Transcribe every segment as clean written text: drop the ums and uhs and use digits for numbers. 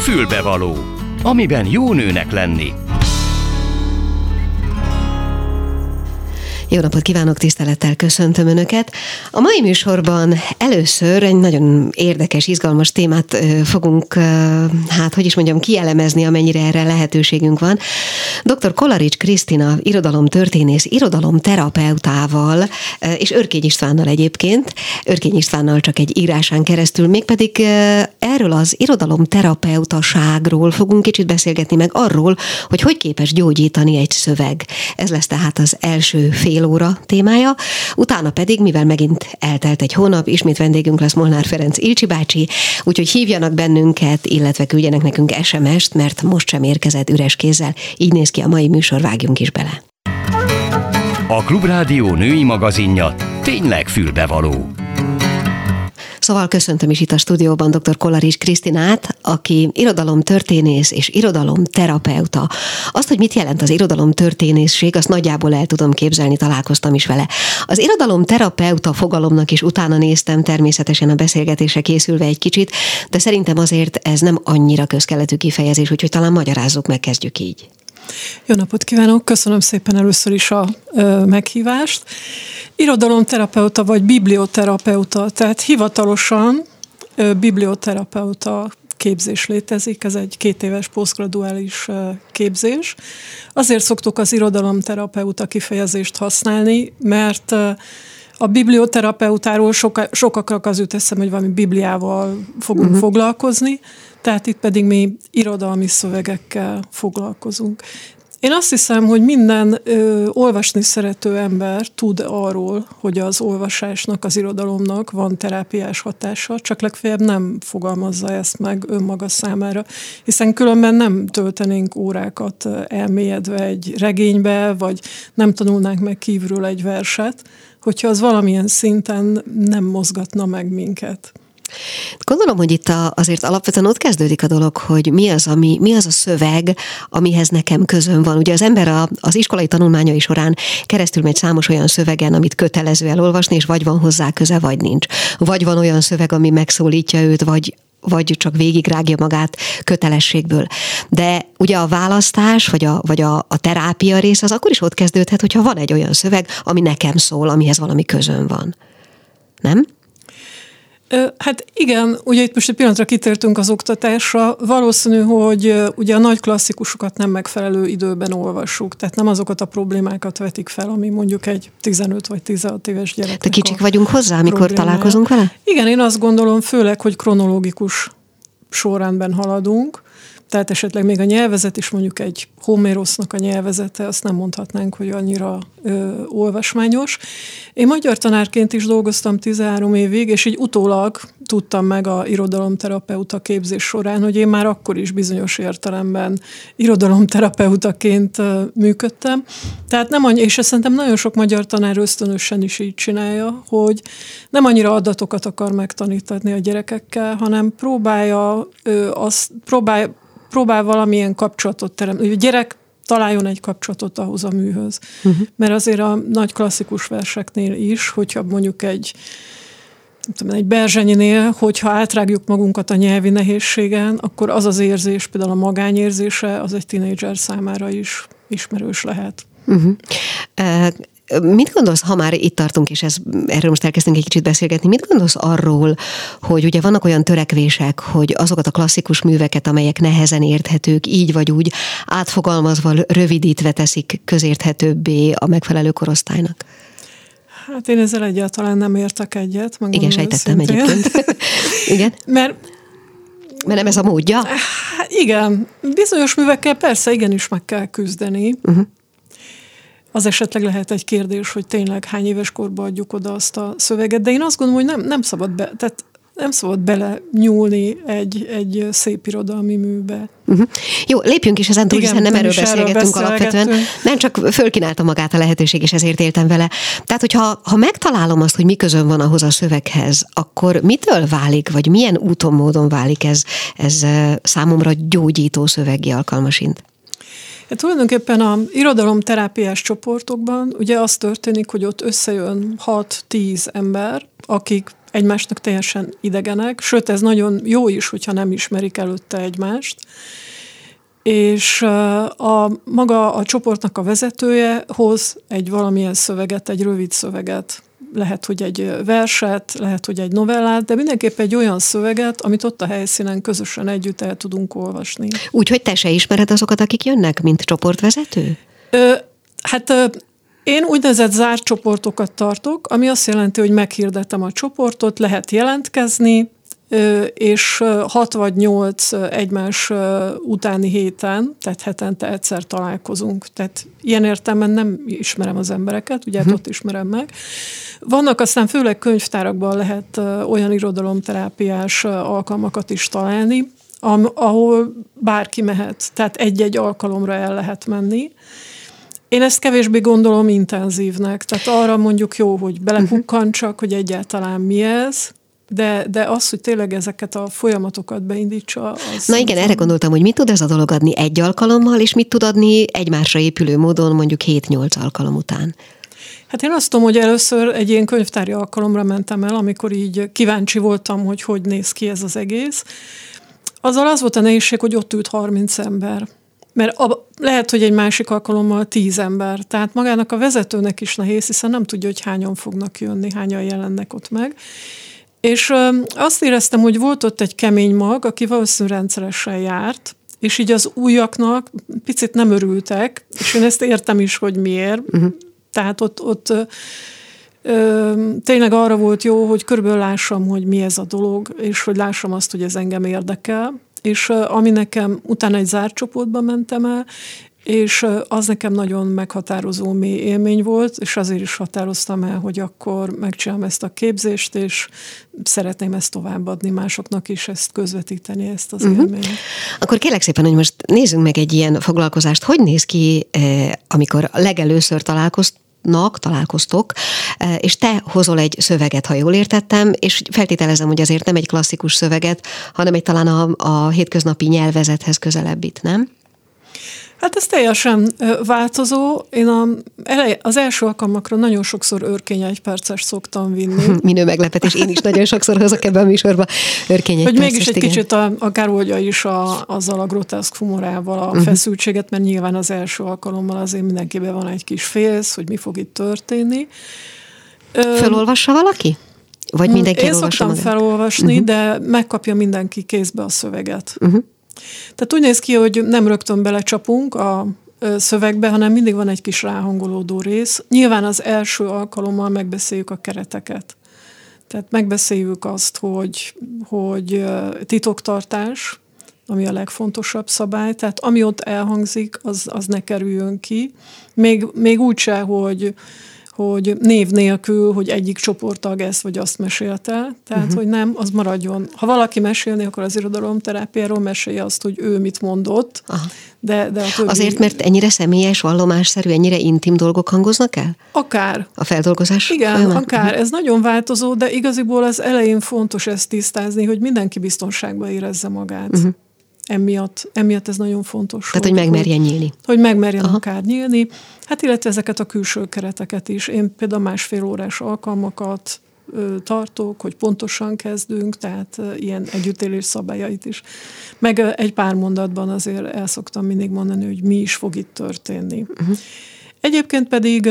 Fülbevaló, amiben jó nőnek lenni. Jó napot kívánok, tisztelettel köszöntöm Önöket. A mai műsorban először egy nagyon érdekes, izgalmas témát fogunk, kielemezni, amennyire erre lehetőségünk van. Dr. Kolarics Krisztina irodalomtörténész, irodalomterapeutával, és Örkény Istvánnal egyébként, Örkény Istvánnal csak egy írásán keresztül, mégpedig erről az irodalomterapeutaságról fogunk kicsit beszélgetni, meg arról, hogy képes gyógyítani egy szöveg. Ez lesz tehát az első fél óra témája. Utána pedig, mivel megint eltelt egy hónap, ismét vendégünk lesz Molnár Ferenc Ilcsi bácsi, úgyhogy hívjanak bennünket, illetve küldjenek nekünk SMS-t, mert most sem érkezett üres kézzel. Így néz ki a mai műsor, vágjunk is bele. A Klubrádió női magazinja tényleg fülbevaló. Szóval köszöntöm is itt a stúdióban dr. Kolarics Krisztinát, aki irodalomtörténész és irodalomterapeuta. Azt, hogy mit jelent az irodalomtörténészség, azt nagyjából el tudom képzelni, találkoztam is vele. Az irodalomterapeuta fogalomnak is utána néztem, természetesen a beszélgetésre készülve egy kicsit, de szerintem azért ez nem annyira közkeletű kifejezés, úgyhogy talán magyarázzuk meg, kezdjük így. Jó napot kívánok, köszönöm szépen először is a meghívást. Irodalomterapeuta vagy biblioterapeuta, tehát hivatalosan biblioterapeuta képzés létezik, ez egy 2 éves posztgraduális képzés. Azért szoktuk az irodalomterapeuta kifejezést használni, mert a biblioterapeutáról sokaknak az jut eszem, hogy valami bibliával fogunk foglalkozni, tehát itt pedig mi irodalmi szövegekkel foglalkozunk. Én azt hiszem, hogy minden olvasni szerető ember tud arról, hogy az olvasásnak, az irodalomnak van terápiás hatása, csak legfeljebb nem fogalmazza ezt meg önmaga számára, hiszen különben nem töltenénk órákat elmélyedve egy regénybe, vagy nem tanulnánk meg kívülről egy verset, hogyha az valamilyen szinten nem mozgatna meg minket. Gondolom, hogy itt azért alapvetően ott kezdődik a dolog, hogy mi az a szöveg, amihez nekem közöm van. Ugye az ember az iskolai tanulmányai során keresztül megy számos olyan szövegen, amit kötelező elolvasni, és vagy van hozzá köze, vagy nincs. Vagy van olyan szöveg, ami megszólítja őt, vagy csak végigrágja magát kötelességből. De ugye a választás, vagy a terápia rész az akkor is ott kezdődhet, hogyha van egy olyan szöveg, ami nekem szól, amihez valami közöm van. Nem? Hát igen, ugye itt most egy pillanatra kitértünk az oktatásra. Valószínű, hogy ugye a nagy klasszikusokat nem megfelelő időben olvassuk, tehát nem azokat a problémákat vetik fel, ami mondjuk egy 15 vagy 16 éves gyereknek. De kicsik vagyunk hozzá, amikor találkozunk vele? Igen, én azt gondolom főleg, hogy kronológikus sorrendben haladunk, tehát esetleg még a nyelvezet is, mondjuk egy Homérosznak a nyelvezete, azt nem mondhatnánk, hogy annyira olvasmányos. Én magyar tanárként is dolgoztam 13 évig, és így utólag tudtam meg a irodalomterapeuta képzés során, hogy én már akkor is bizonyos értelemben irodalomterapeutaként működtem. Tehát nem annyi, és ezt szerintem nagyon sok magyar tanár ösztönösen is így csinálja, hogy nem annyira adatokat akar megtanítani a gyerekekkel, hanem próbál valamilyen kapcsolatot teremteni. A gyerek találjon egy kapcsolatot ahhoz a műhöz. Mert azért a nagy klasszikus verseknél is, hogyha mondjuk egy Berzsenyinél, hogyha átrágjuk magunkat a nyelvi nehézségen, akkor az az érzés, például a magányérzése, az egy tínédzser számára is ismerős lehet. Mit gondolsz, ha már itt tartunk, és erről most elkezdtünk egy kicsit beszélgetni, mit gondolsz arról, hogy ugye vannak olyan törekvések, hogy azokat a klasszikus műveket, amelyek nehezen érthetők, így vagy úgy, átfogalmazva, rövidítve teszik közérthetőbbé a megfelelő korosztálynak? Hát én ezzel egyáltalán nem értek egyet. Igen, sejtettem egyébként. Igen? Mert nem ez a módja? Igen. Bizonyos művekkel persze igenis meg kell küzdeni. Az esetleg lehet egy kérdés, hogy tényleg hány éves korban adjuk oda azt a szöveget, de én azt gondolom, hogy nem szabad bele nyúlni egy szép irodalmi műbe. Jó, lépjünk is ezen túl, hiszen nem erről beszélgetünk alapvetően. Nem, csak fölkínálta magát a lehetőség, és ezért éltem vele. Tehát, hogyha megtalálom azt, hogy mi közön van ahhoz a szöveghez, akkor mitől válik, vagy milyen úton, módon válik ez számomra gyógyító szöveggi alkalmasint? Hát tulajdonképpen a irodalomterápiás csoportokban ugye az történik, hogy ott összejön 6-10 ember, akik egymásnak teljesen idegenek, sőt ez nagyon jó is, hogyha nem ismerik előtte egymást, és maga a csoportnak a vezetője hoz egy valamilyen szöveget, egy rövid szöveget. Lehet, hogy egy verset, lehet, hogy egy novellát, de mindenképp egy olyan szöveget, amit ott a helyszínen közösen együtt el tudunk olvasni. Úgyhogy te se ismered azokat, akik jönnek, mint csoportvezető? Én úgynevezett zárt csoportokat tartok, ami azt jelenti, hogy meghirdetem a csoportot, lehet jelentkezni, és 6 vagy 8 egymás utáni héten, tehát hetente egyszer találkozunk. Tehát ilyen értelemben nem ismerem az embereket, ugye ott ismerem meg. Vannak aztán főleg könyvtárakban lehet olyan irodalomterápiás alkalmakat is találni, ahol bárki mehet, tehát egy-egy alkalomra el lehet menni. Én ezt kevésbé gondolom intenzívnek, tehát arra mondjuk jó, hogy belekukkantsak, hogy egyáltalán mi ez, de az, hogy tényleg ezeket a folyamatokat beindítsa. Na igen, erre gondoltam, hogy mit tud ez a dolog adni egy alkalommal, és mit tud adni egymásra épülő módon mondjuk 7-8 alkalom után. Hát én azt tudom, hogy először egy ilyen könyvtári alkalomra mentem el, amikor így kíváncsi voltam, hogy néz ki ez az egész. Azzal az volt a nehézség, hogy ott ült 30 ember. Mert lehet, hogy egy másik alkalommal 10 ember. Tehát magának a vezetőnek is nehéz, hiszen nem tudja, hogy hányan fognak jönni, hányan jelennek ott meg. És azt éreztem, hogy volt ott egy kemény mag, aki valószínűleg rendszeresen járt, és így az újaknak picit nem örültek, és én ezt értem is, hogy miért. Tehát ott tényleg arra volt jó, hogy körülbelül lássam, hogy mi ez a dolog, és hogy lássam azt, hogy ez engem érdekel. És ami nekem, utána egy zárt csoportba mentem el, és az nekem nagyon meghatározó mély élmény volt, és azért is határoztam el, hogy akkor megcsinálom ezt a képzést, és szeretném ezt továbbadni másoknak is, ezt közvetíteni, ezt az élményt. Akkor kérlek szépen, hogy most nézzünk meg egy ilyen foglalkozást. Hogy néz ki, amikor legelőször találkoztok, és te hozol egy szöveget, ha jól értettem, és feltételezem, hogy azért nem egy klasszikus szöveget, hanem egy talán a hétköznapi nyelvezethez közelebbit, nem? Hát ez teljesen változó. Én az első alkalmakra nagyon sokszor örkény 1 perces szoktam vinni. Minő meglepetés, én is nagyon sokszor hozok ebben a műsorba örkény 1 percest. Hogy mégis egy kicsit akár oldja is azzal a groteszk humorával a feszültséget, mert nyilván az első alkalommal azért mindenkiben van egy kis félsz, hogy mi fog itt történni. Fölolvassa valaki? Vagy mindenki Én szoktam felolvasni, de megkapja mindenki kézbe a szöveget. Tehát úgy néz ki, hogy nem rögtön belecsapunk a szövegbe, hanem mindig van egy kis ráhangolódó rész. Nyilván az első alkalommal megbeszéljük a kereteket. Tehát megbeszéljük azt, hogy titoktartás, ami a legfontosabb szabály, tehát ami ott elhangzik, az ne kerüljön ki. Még úgyse, hogy név nélkül, hogy egyik csoporttag ezt vagy azt mesélte, tehát hogy nem, az maradjon. Ha valaki mesélni, akkor az irodalomterápiáról mesélje azt, hogy ő mit mondott, de a többi... Azért, mert ennyire személyes, vallomásszerű, ennyire intim dolgok hangoznak el? Akár. A feldolgozás Igen, folyamán? akár. Ez nagyon változó, de igaziból az elején fontos ezt tisztázni, hogy mindenki biztonságban érezze magát. Emiatt ez nagyon fontos. Tehát, hogy megmerjen nyílni. Hogy megmerjen akár nyílni. Hát illetve ezeket a külső kereteket is. Én például 1,5 órás alkalmakat tartok, hogy pontosan kezdünk, tehát ilyen együttélés szabályait is. Meg egy pár mondatban azért el szoktam mindig mondani, hogy mi is fog itt történni. Egyébként pedig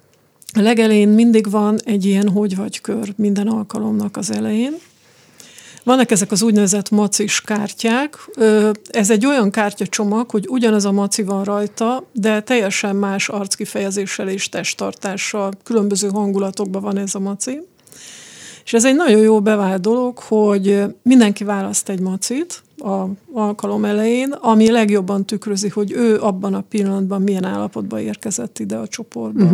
a legelején mindig van egy ilyen hogy vagy kör minden alkalomnak az elején. Vannak ezek az úgynevezett macis kártyák. Ez egy olyan kártyacsomag, hogy ugyanaz a maci van rajta, de teljesen más arckifejezéssel és testtartással, különböző hangulatokban van ez a maci. És ez egy nagyon jó bevált dolog, hogy mindenki választ egy macit az alkalom elején, ami legjobban tükrözi, hogy ő abban a pillanatban milyen állapotban érkezett ide a csoportba.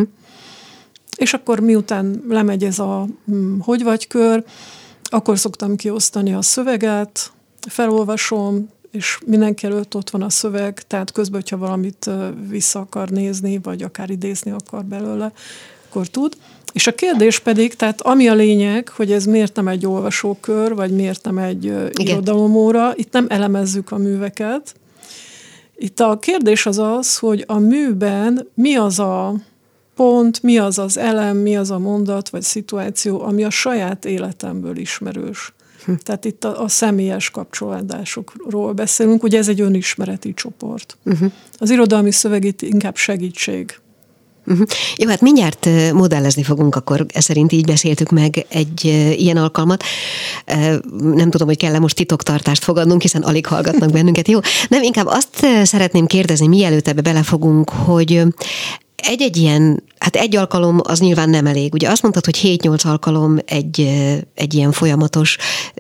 És akkor miután lemegy ez a hogy vagy kör, akkor szoktam kiosztani a szöveget, felolvasom, és mindenki előtt ott van a szöveg, tehát közben, hogyha valamit vissza akar nézni, vagy akár idézni akar belőle, akkor tud. És a kérdés pedig, tehát ami a lényeg, hogy ez miért nem egy olvasókör, vagy miért nem egy irodalomóra, itt nem elemezzük a műveket, Itt a kérdés az, hogy a műben mi az a pont, mi az az elem, mi az a mondat vagy szituáció, ami a saját életemből ismerős. Tehát itt a személyes kapcsolódásokról beszélünk, ugye ez egy önismereti csoport. Az irodalmi szöveg itt inkább segítség. Jó, hát mindjárt modellezni fogunk, akkor szerint így beszéltük meg egy ilyen alkalmat. Nem tudom, hogy kell-e most titoktartást fogadnunk, hiszen alig hallgatnak bennünket. Jó, nem, inkább azt szeretném kérdezni, mielőtt ebbe belefogunk, hogy egy ilyen, hát egy alkalom az nyilván nem elég. Ugye azt mondtad, hogy 7-8 alkalom egy ilyen folyamatos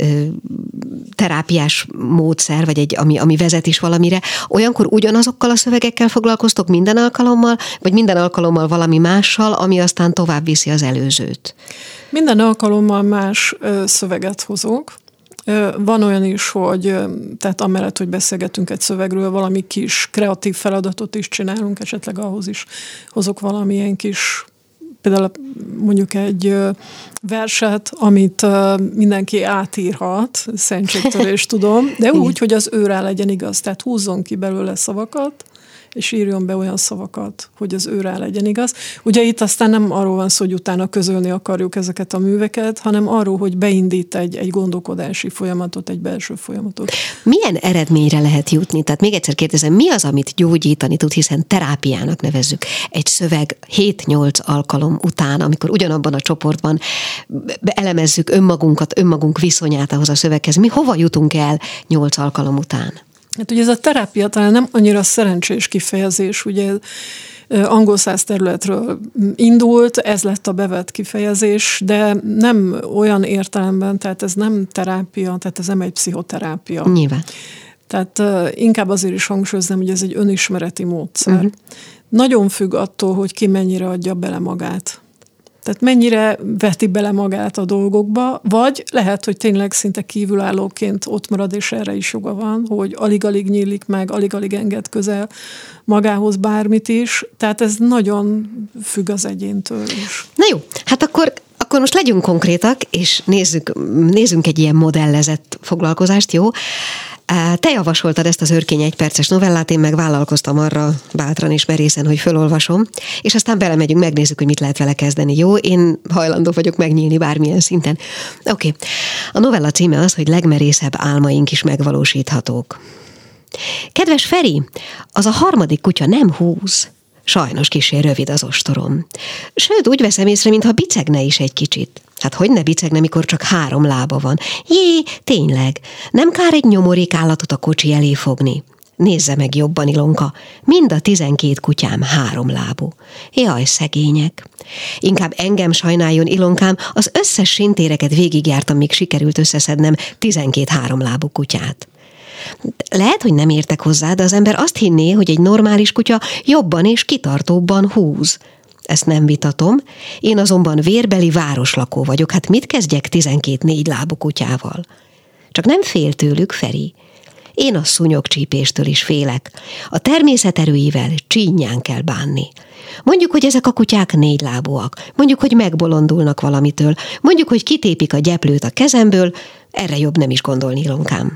terápiás módszer, vagy ami vezet is valamire. Olyankor ugyanazokkal a szövegekkel foglalkoztok minden alkalommal, vagy minden alkalommal valami mással, ami aztán tovább viszi az előzőt? Minden alkalommal más szöveget hozok. Van olyan is, hogy tehát amellett, hogy beszélgetünk egy szövegről, valami kis kreatív feladatot is csinálunk, esetleg ahhoz is hozok valamilyen kis, például mondjuk egy verset, amit mindenki átírhat, szentségtörést tudom, de úgy, hogy az őrá legyen igaz, tehát húzzon ki belőle szavakat, és írjon be olyan szavakat, hogy az őrá legyen igaz. Ugye itt aztán nem arról van szó, hogy utána közölni akarjuk ezeket a műveket, hanem arról, hogy beindít egy gondolkodási folyamatot, egy belső folyamatot. Milyen eredményre lehet jutni? Tehát még egyszer kérdezem, mi az, amit gyógyítani tud, hiszen terápiának nevezzük egy szöveg 7-8 alkalom után, amikor ugyanabban a csoportban elemezzük önmagunkat, önmagunk viszonyát ahhoz a szöveghez. Mi hova jutunk el 8 alkalom után? Hát ugye ez a terápia talán nem annyira szerencsés kifejezés, ugye angol száz területről indult, ez lett a bevett kifejezés, de nem olyan értelemben, tehát ez nem terápia, tehát ez nem egy pszichoterápia. Nyilván. Tehát inkább azért is hangsúlyoznám, hogy ez egy önismereti módszer. Nagyon függ attól, hogy ki mennyire adja bele magát. Tehát mennyire veti bele magát a dolgokba, vagy lehet, hogy tényleg szinte kívülállóként ott marad, és erre is joga van, hogy alig-alig nyílik meg, alig-alig enged közel magához bármit is. Tehát ez nagyon függ az egyéntől is. Na jó, hát akkor most legyünk konkrétak, és nézzünk egy ilyen modellezett foglalkozást, jó? Te javasoltad ezt az Örkény 1 perces novellát, én meg vállalkoztam arra bátran és merészen, hogy fölolvasom, és aztán belemegyünk, megnézzük, hogy mit lehet vele kezdeni, jó? Én hajlandó vagyok megnyílni bármilyen szinten. Oké. A novella címe az, hogy legmerészebb álmaink is megvalósíthatók. Kedves Feri, az a harmadik kutya nem húz. Sajnos kissé rövid az ostorom. Sőt, úgy veszem észre, mintha bicegne is egy kicsit. Hát hogy ne bicegne, mikor csak 3 lába van? Jé, tényleg, nem kár egy nyomorék állatot a kocsi elé fogni. Nézze meg jobban, Ilonka, mind a 12 kutyám 3 lábú. Jaj, szegények. Inkább engem sajnáljon, Ilonkám, az összes sintéreket végigjártam, míg sikerült összeszednem 12 3 lábú kutyát. Lehet, hogy nem értek hozzá, de az ember azt hinné, hogy egy normális kutya jobban és kitartóbban húz. Ezt nem vitatom, én azonban vérbeli városlakó vagyok, hát mit kezdjek 12 4 lábú kutyával? Csak nem fél tőlük, Feri. Én a szúnyogcsípéstől is félek. A természet erőivel csínyán kell bánni. Mondjuk, hogy ezek a kutyák 4 lábúak, mondjuk, hogy megbolondulnak valamitől, mondjuk, hogy kitépik a gyeplőt a kezemből, erre jobb nem is gondolni, Ilonkám.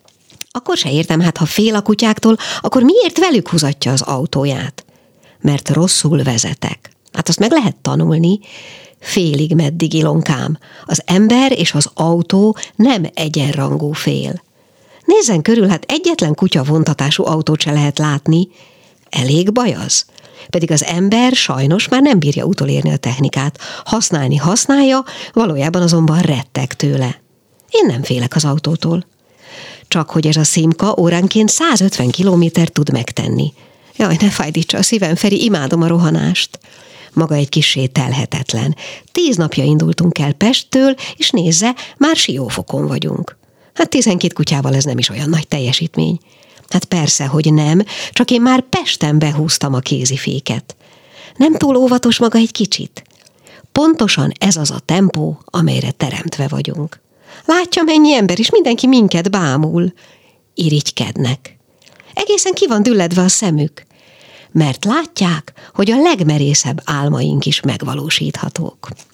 Akkor se értem, hát ha fél a kutyáktól, akkor miért velük húzatja az autóját? Mert rosszul vezetek. Hát azt meg lehet tanulni. Félig meddig, Ilonkám. Az ember és az autó nem egyenrangú fél. Nézzen körül, hát egyetlen kutya vontatású autót se lehet látni. Elég baj az? Pedig az ember sajnos már nem bírja utolérni a technikát. Használni használja, valójában azonban retteg tőle. Én nem félek az autótól. Csak hogy ez a szimka óránként 150 kilométert tud megtenni. Jaj, ne fájdítsa a szívem, Feri, imádom a rohanást. Maga egy kissé telhetetlen. 10 napja indultunk el Pesttől, és nézze, már Siófokon vagyunk. Hát 12 kutyával ez nem is olyan nagy teljesítmény. Hát persze, hogy nem, csak én már Pesten behúztam a kéziféket. Nem túl óvatos maga egy kicsit? Pontosan ez az a tempó, amelyre teremtve vagyunk. Látja, mennyi ember, és mindenki minket bámul. Irigykednek. Egészen ki van dülledve a szemük. Mert látják, hogy a legmerészebb álmaink is megvalósíthatók.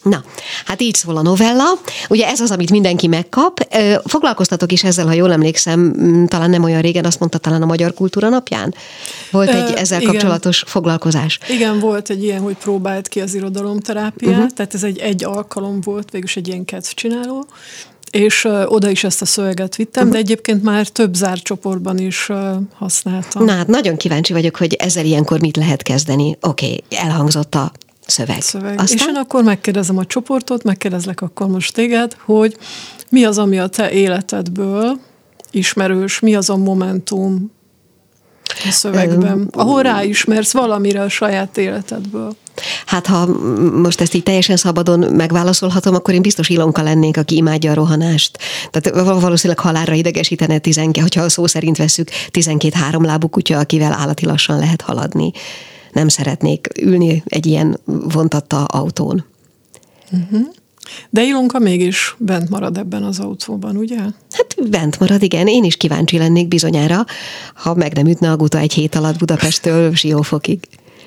Na, hát így szól a novella. Ugye ez az, amit mindenki megkap. Foglalkoztatok is ezzel, ha jól emlékszem, talán nem olyan régen, azt mondta talán a Magyar Kultúra Napján? Volt egy ezzel kapcsolatos foglalkozás. Igen, volt egy ilyen, hogy próbált ki az irodalomterápiát, tehát ez egy alkalom volt, végülis egy ilyen kedvcsináló, és oda is ezt a szöveget vittem, de egyébként már több zárt csoportban is használtam. Na hát nagyon kíváncsi vagyok, hogy ezzel ilyenkor mit lehet kezdeni. Oké, elhangzott a szöveg. Aztán? És én akkor megkérdezem a csoportot, megkérdezlek akkor most téged, hogy mi az, ami a te életedből ismerős, mi az a momentum a szövegben, ahol ráismersz valamire a saját életedből. Hát ha most ezt így teljesen szabadon megválaszolhatom, akkor én biztos Ilonka lennék, aki imádja a rohanást. Tehát valószínűleg halálra idegesítene hogyha szó szerint vesszük 12 háromlábú kutya, akivel állati lassan lehet haladni. Nem szeretnék ülni egy ilyen vontatta autón. De Ilonka mégis bent marad ebben az autóban, ugye? Hát bent marad, igen. Én is kíváncsi lennék bizonyára, ha meg nem ütne a guta egy hét alatt Budapesttől Siófokig.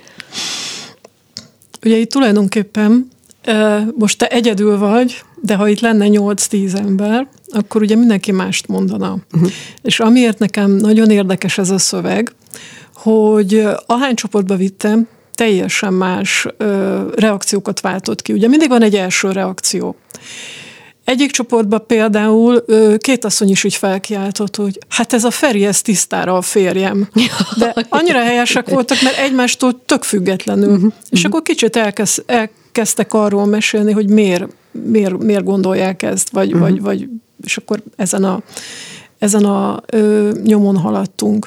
Ugye itt tulajdonképpen most te egyedül vagy, de ha itt lenne 8-10 ember, akkor ugye mindenki mást mondana. És amiért nekem nagyon érdekes ez a szöveg, hogy ahány csoportba vittem, teljesen más reakciókat váltott ki. Ugye mindig van egy első reakció. Egyik csoportban például két asszony is úgy felkiáltott, hogy hát ez a Feri, ez tisztára a férjem. De annyira helyesek voltak, mert egymástól tök függetlenül. És akkor kicsit elkezdtek arról mesélni, hogy miért gondolják ezt, vagy és akkor ezen a nyomon haladtunk.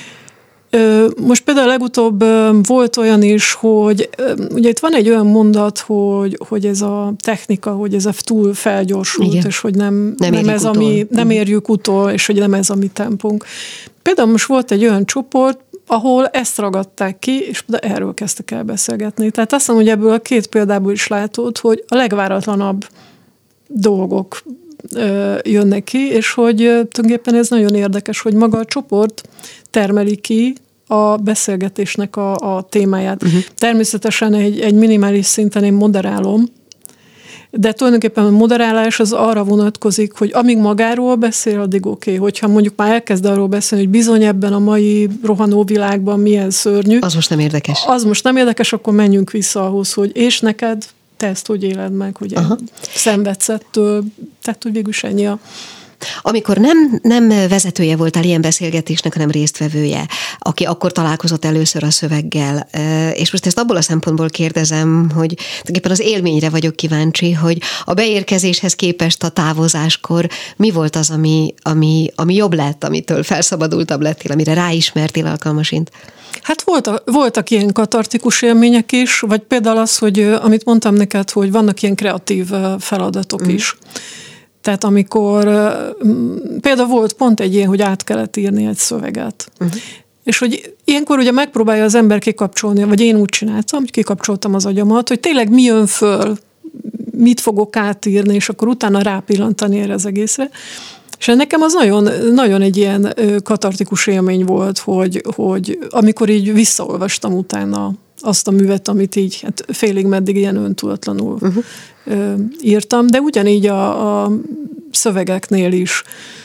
Most például legutóbb volt olyan is, hogy ugye itt van egy olyan mondat, hogy ez a technika, hogy ez a túl felgyorsult, igen. És hogy nem ez, ami nem érjük utol, és hogy nem ez a mi tempónk. Például most volt egy olyan csoport, ahol ezt ragadták ki, és erről kezdtek el beszélgetni. Tehát azt mondom, hogy ebből a két példából is látod, hogy a legváratlanabb dolgok jönnek ki, és hogy tulajdonképpen ez nagyon érdekes, hogy maga a csoport termeli ki a beszélgetésnek a témáját. Természetesen egy minimális szinten én moderálom, de tulajdonképpen a moderálás az arra vonatkozik, hogy amíg magáról beszél, addig oké. Hogyha mondjuk már elkezd arról beszélni, hogy bizony ebben a mai rohanó világban milyen szörnyű. Az most nem érdekes. Az most nem érdekes, akkor menjünk vissza ahhoz, hogy és neked te ezt hogy éled meg, hogy szenvedsz ettől, tehát hogy végül ennyi a... Amikor nem vezetője voltál ilyen beszélgetésnek, hanem résztvevője, aki akkor találkozott először a szöveggel, és most ezt abból a szempontból kérdezem, hogy tulajdonképpen az élményre vagyok kíváncsi, hogy a beérkezéshez képest a távozáskor mi volt az, ami jobb lett, amitől felszabadultabb lettél, amire ráismertél alkalmasint? Hát voltak ilyen katartikus élmények is, vagy például az, hogy amit mondtam neked, hogy vannak ilyen kreatív feladatok is. Tehát amikor például volt pont egy ilyen, hogy át kellett írni egy szöveget. És hogy ilyenkor ugye megpróbálja az ember kikapcsolni, vagy én úgy csináltam, hogy kikapcsoltam az agyamat, hogy tényleg mi jön föl, mit fogok átírni, és akkor utána rápillantani erre az egészre. És nekem az nagyon, nagyon egy ilyen katartikus élmény volt, hogy amikor így visszaolvastam utána azt a művet, amit így hát félig meddig ilyen öntudatlanul írtam, de ugyanígy a szövegeknél is.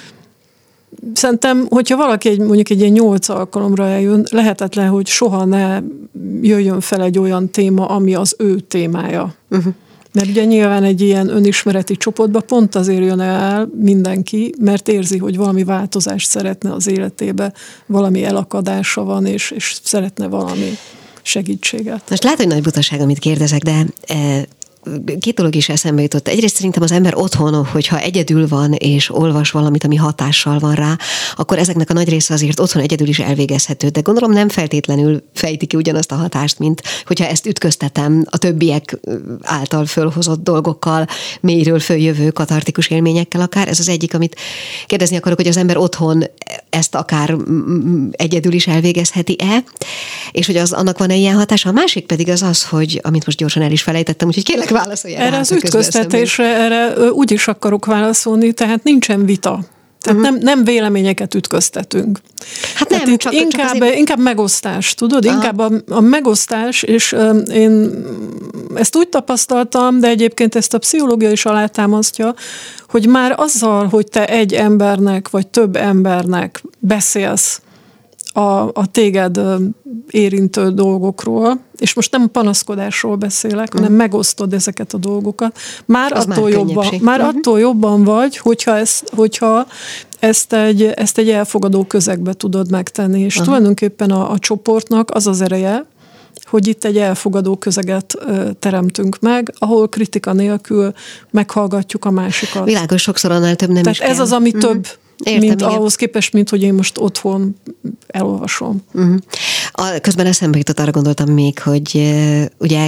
Szerintem, hogyha valaki mondjuk egy ilyen 8 alkalomra eljön, lehetetlen, hogy soha ne jöjjön fel egy olyan téma, ami az ő témája. Mert ugye nyilván egy ilyen önismereti csoportba pont azért jön el mindenki, mert érzi, hogy valami változást szeretne az életébe, valami elakadása van, és szeretne valami segítséget. Most lehet, hogy nagy butaság, amit kérdezek, de két dolog is eszembe jutott. Egyrészt szerintem az ember otthon, hogyha egyedül van, és olvas valamit, ami hatással van rá, akkor ezeknek a nagy része azért otthon egyedül is elvégezhető. De gondolom nem feltétlenül fejti ki ugyanazt a hatást, mint hogyha ezt ütköztetem a többiek által fölhozott dolgokkal, mélyről följövő katartikus élményekkel akár. Ez az egyik, amit kérdezni akarok, hogy az ember otthon ezt akár egyedül is elvégezheti-e, és hogy annak van-e ilyen hatása. A másik pedig az, hogy amit most gyorsan el is felejtettem, úgyhogy kérlek válaszolj erre az ütköztetésre, erre úgy is akarok válaszolni, tehát nincsen vita. Tehát nem véleményeket ütköztetünk. Hát nem, itt inkább megosztás, tudod? Aha. Inkább a megosztás, és én ezt úgy tapasztaltam, de egyébként ezt a pszichológia is alátámasztja, hogy már azzal, hogy te egy embernek, vagy több embernek beszélsz a téged érintő dolgokról, és most nem panaszkodásról beszélek, hanem megosztod ezeket a dolgokat, már attól jobban vagy, hogyha ezt egy elfogadó közegbe tudod megtenni, és tulajdonképpen a csoportnak az az ereje, hogy itt egy elfogadó közeget teremtünk meg, ahol kritika nélkül meghallgatjuk a másikat. Világos, sokszor annál több nem Tehát is kell. ez az, ami több, értem, mint ahhoz képest, mint hogy én most otthon elolvasom. Közben eszembe jutott, arra gondoltam még, hogy ugye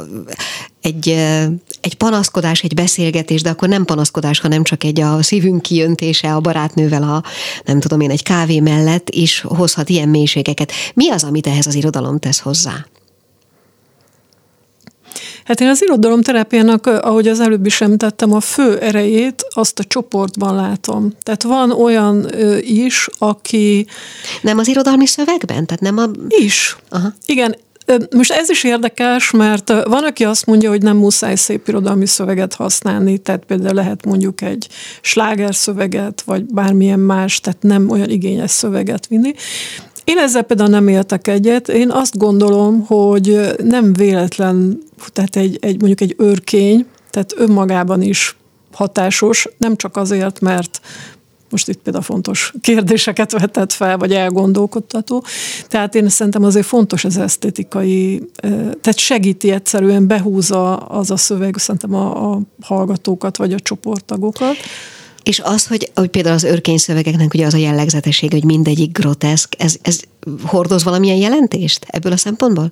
egy panaszkodás, egy beszélgetés, de akkor nem panaszkodás, hanem csak a szívünk kijöntése a barátnővel egy kávé mellett is hozhat ilyen mélységeket. Mi az, amit ehhez az irodalom tesz hozzá? Hát én az irodalomterápiának, ahogy az előbb is említettem, a fő erejét azt a csoportban látom. Tehát van olyan is, aki... Nem az irodalmi szövegben? Tehát nem a... Is. Aha. Igen. Most ez is érdekes, mert van, aki azt mondja, hogy nem muszáj szép irodalmi szöveget használni, tehát például lehet mondjuk egy slágerszöveget, vagy bármilyen más, tehát nem olyan igényes szöveget vinni. Én ezzel például nem éltek egyet. Én azt gondolom, hogy nem véletlen, tehát mondjuk egy őrkény, tehát önmagában is hatásos, nem csak azért, mert most itt például fontos kérdéseket vetett fel, vagy elgondolkodtató. Tehát én szerintem azért fontos az esztétikai, tehát segíti egyszerűen, behúzza az a szöveg, szerintem a hallgatókat, vagy a csoporttagokat. És az, hogy például az őrkény szövegeknek ugye az a jellegzetesség, hogy mindegyik groteszk, ez hordoz valamilyen jelentést ebből a szempontból?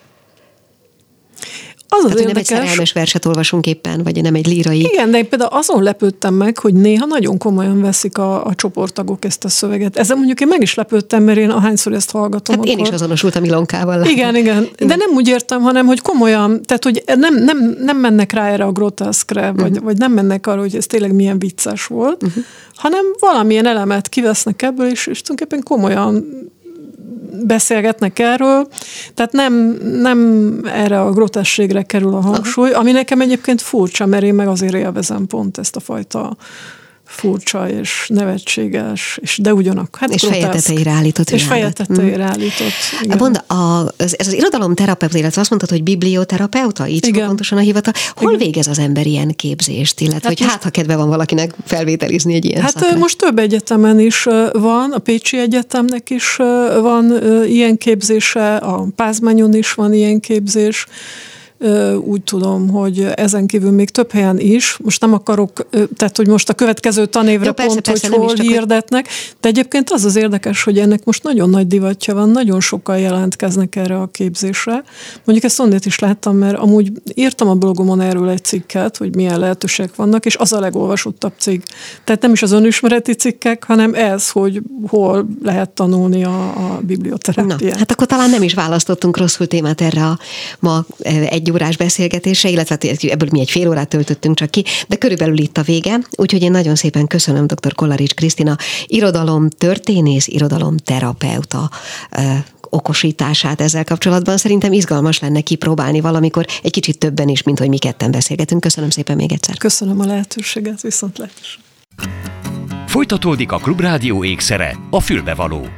Az tehát, hogy nem egy szerelmes verset olvasunk éppen, vagy nem egy lírai... Igen, de én például azon lepődtem meg, hogy néha nagyon komolyan veszik a csoporttagok ezt a szöveget. Ezzel mondjuk én meg is lepődtem, mert én ahányszor ezt hallgatom. Hát én is azonosultam Ilonkával. Igen. De nem úgy értem, hanem hogy komolyan, tehát hogy nem mennek rá erre a groteszkre, vagy nem mennek arra, hogy ez tényleg milyen vicces volt, hanem valamilyen elemet kivesznek ebből, és tulajdonképpen komolyan beszélgetnek erről, tehát nem erre a groteszségre kerül a hangsúly, ami nekem egyébként furcsa, mert én meg azért élvezem pont ezt a fajta furcsa és nevetséges, de ugyanak. Hát és feje tetejére állított. És feje tetejére állított. Mondd, ez az irodalomterapeuta, illetve azt mondtad, hogy biblioterapeuta, így szól pontosan a hivatal. Hol végez az ember ilyen képzést, illetve hogy ha kedve van valakinek felvételizni egy ilyen szakra? Most több egyetemen is van, a Pécsi Egyetemnek is van ilyen képzése, a Pázmányon is van ilyen képzés. Úgy tudom, hogy ezen kívül még több helyen is. Most nem akarok, tehát hogy most a következő tanévre persze, hogy hol hirdetnek, de egyébként az érdekes, hogy ennek most nagyon nagy divatja van, nagyon sokan jelentkeznek erre a képzésre. Mondjuk ezt onnét is láttam, mert amúgy írtam a blogomon erről egy cikket, hogy milyen lehetőségek vannak, és az a legolvasottabb cikk. Tehát nem is az önismereti cikkek, hanem ez, hogy hol lehet tanulni a biblioterápiát. Na, hát akkor talán nem is választottunk rosszul témát erre a ma egy órás beszélgetésre, illetve ebből mi egy fél órát töltöttünk csak ki, de körülbelül itt a vége, úgyhogy én nagyon szépen köszönöm dr. Kollarics Krisztina irodalomtörténész, irodalomterapeuta okosítását ezzel kapcsolatban. Szerintem izgalmas lenne kipróbálni valamikor egy kicsit többen is, mint hogy mi ketten beszélgetünk. Köszönöm szépen még egyszer. Köszönöm a lehetőséget, viszontlátásra. Folytatódik a Klubrádió ékszere, a fülbevaló.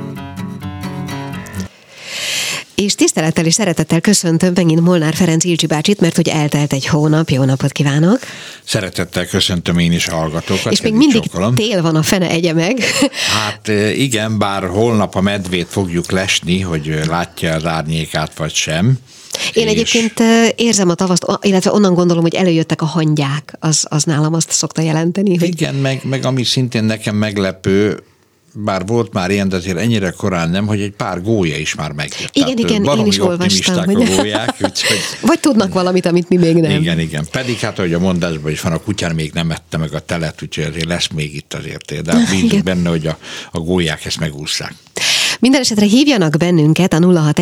És tisztelettel és szeretettel köszöntöm megint Molnár Ferenc Ilcsi bácsit, mert hogy eltelt egy hónap. Jó napot kívánok! Szeretettel köszöntöm én is a hallgatókat. És még mindig tél van, a fene egye meg. Hát igen, bár holnap a medvét fogjuk lesni, hogy látja az árnyékát vagy sem. Én egyébként érzem a tavaszt, illetve onnan gondolom, hogy előjöttek a hangyák. Az nálam azt szokta jelenteni. Hogy... Igen, meg ami szintén nekem meglepő, bár volt már ilyen, de azért ennyire korán nem, hogy egy pár gólya is már megjött. Igen, én is olvastam. Hogy... a gólyák, úgyhogy... Vagy tudnak valamit, amit mi még nem. Igen. Pedig hát, ahogy a mondásban is van, a kutyán még nem ette meg a telet, úgyhogy azért lesz még itt azért. De bízunk benne, hogy a gólyák ezt megússzák. Minden esetre hívjanak bennünket a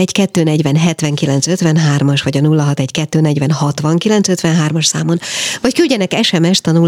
061-240-7953-as vagy a 061-240-6953-as számon, vagy küldjenek SMS-t a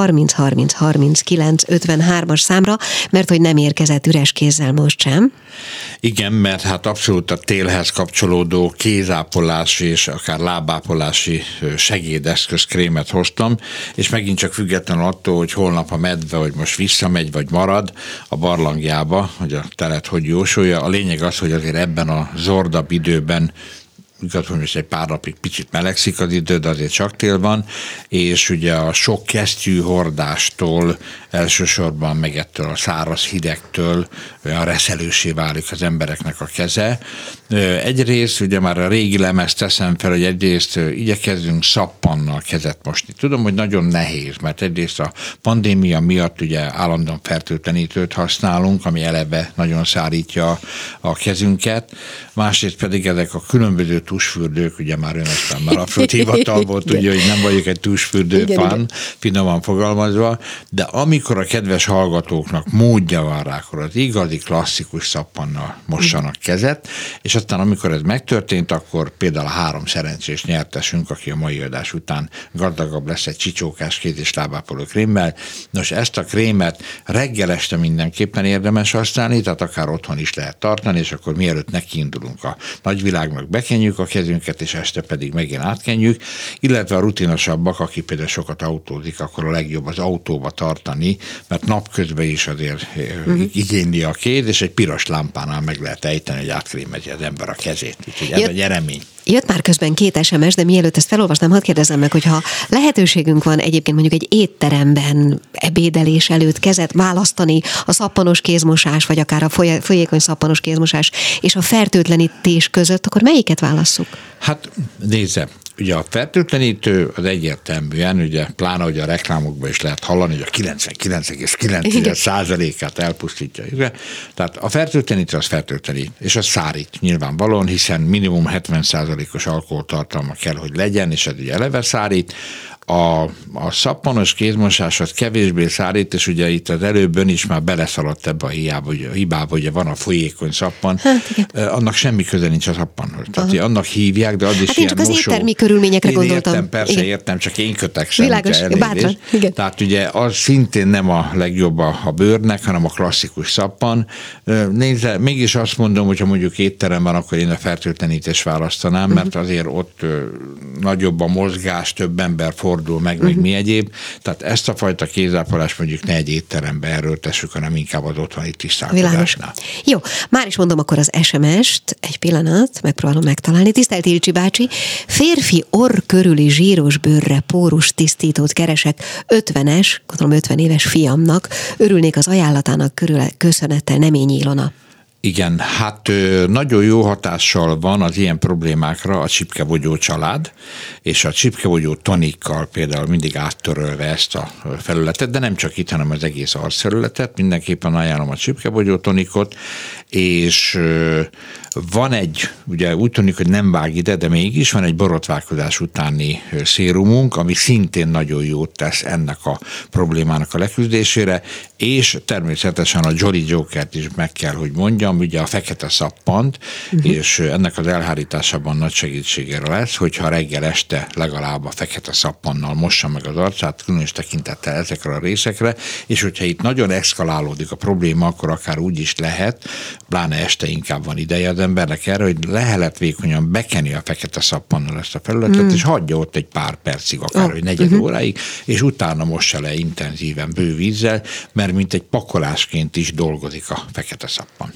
0630-30-39-53-as számra, mert hogy nem érkezett üres kézzel most sem. Igen, mert hát abszolút a télhez kapcsolódó kézápolási és akár lábápolási segédeszköz krémet hoztam, és megint csak függetlenül attól, hogy holnap a medve, hogy most visszamegy, vagy marad a barlangjába, hogy a telet hogy jósolja. A lényeg az, hogy azért ebben a zordabb időben, igaz, hogy most egy pár napig picit melegszik az idő, de azért csak tél van, és ugye a sok kesztyű hordástól, elsősorban meg ettől a száraz hidegtől olyan reszelősé válik az embereknek a keze. Egyrészt ugye már a régi lemezt teszem fel, hogy egyrészt igyekezzünk szappannal kezet mosni. Tudom, hogy nagyon nehéz, mert egyrészt a pandémia miatt ugye állandóan fertőtlenítőt használunk, ami eleve nagyon szárítja a kezünket, másrészt pedig ezek a különböző tusfürdők, ugye már ön aztán már abszolút hivatalból tudja, hogy nem vagyok egy tusfürdő fan, finoman fogalmazva, de amikor a kedves hallgatóknak módja van rá, akkor az igazi klasszikus szappannal mossanak kezet, és aztán amikor ez megtörtént, akkor például a 3 szerencsés nyertesünk, aki a mai adás után gazdagabb lesz egy csicsókás kéz- és lábápoló krémmel. Nos, ezt a krémet reggel este mindenképpen érdemes használni, tehát akár otthon is lehet tartani, és akkor mielőtt nekiindulunk a nagyvilágnak, bekenjük a kezünket, és este pedig megint átkenjük, illetve a rutinosabbak, aki például sokat autózik, akkor a legjobb az autóba tartani, mert napközben is azért igényli a kéz, és egy piros lámpánál meg lehet ejteni, hogy átkrémezi az ember a kezét. Úgyhogy ez egy eremény. Jött már közben 2 SMS, de mielőtt ezt felolvasnám, hadd kérdezzem meg, hogyha lehetőségünk van egyébként mondjuk egy étteremben ebédelés előtt kezet választani a szappanos kézmosás, vagy akár a folyékony szappanos kézmosás és a fertőtlenítés között, akkor melyiket válasszuk? Hát nézze, ugye a fertőtlenítő az egyértelműen, ugye pláne, hogy a reklámokban is lehet hallani, hogy a 99,9%-át elpusztítja. Ugye? Tehát a fertőtlenítő az fertőtlenít, és az szárít nyilvánvalóan, hiszen minimum 70%-os alkoholtartalma kell, hogy legyen, és ez ugye eleve szárít. A szappanos kézmosás az kevésbé szárít, és ugye itt az előbb ön is már beleszaladt ebbe a hibába, hogy van a folyékony szappan, annak semmi köze nincs a szappanhoz. Tehát annak hívják, de az is ilyen csak az éttermi körülményekre gondoltam. Értem, persze értem, csak én kötek sem. Világos, bátran. Tehát ugye az szintén nem a legjobb a bőrnek, hanem a klasszikus szappan. Nézze, mégis azt mondom, hogyha mondjuk étterem van, akkor én a fertőtlenítést választanám, mert azért ott nagyobb a mozgás, több ember fordul meg mi egyéb. Tehát ezt a fajta kézápolást mondjuk ne egy étterembe erőltessük, hanem inkább az otthoni tisztálkodásnál. Jó, már is mondom akkor az SMS-t, egy pillanat, megpróbálom megtalálni. Tisztelt Ilcsi bácsi, férfi orr körüli zsíros bőrre pórus tisztítót keresek 50-es, gondolom 50 éves fiamnak. Örülnék az ajánlatának, köszönettel, Neményi Ilona. Igen, hát nagyon jó hatással van az ilyen problémákra a csipkebogyó család, és a csipkebogyó tonikkal például mindig áttörölve ezt a felületet, de nem csak itt, hanem az egész arcfelületet, mindenképpen ajánlom a csipkebogyó tonikot, és van egy, ugye úgy tűnik, hogy nem vág ide, de mégis van egy borotválkozás utáni szérumunk, ami szintén nagyon jót tesz ennek a problémának a leküzdésére, és természetesen a Jolly Jokert is meg kell, hogy mondjam, ugye a fekete szappant, és ennek az elhárításában nagy segítségére lesz, hogyha reggel este legalább a fekete szappannal mossa meg az arcát, különös tekintettel ezekre a részekre, és hogyha itt nagyon eszkalálódik a probléma, akkor akár úgy is lehet, pláne este inkább van ideje az embernek erre, hogy lehelet vékonyan bekeni a fekete szappannal ezt a felületet, és hagyja ott egy pár percig, akár hogy negyed óráig, és utána mossa le intenzíven bő vízzel, mert mint egy pakolásként is dolgozik a fekete szappan.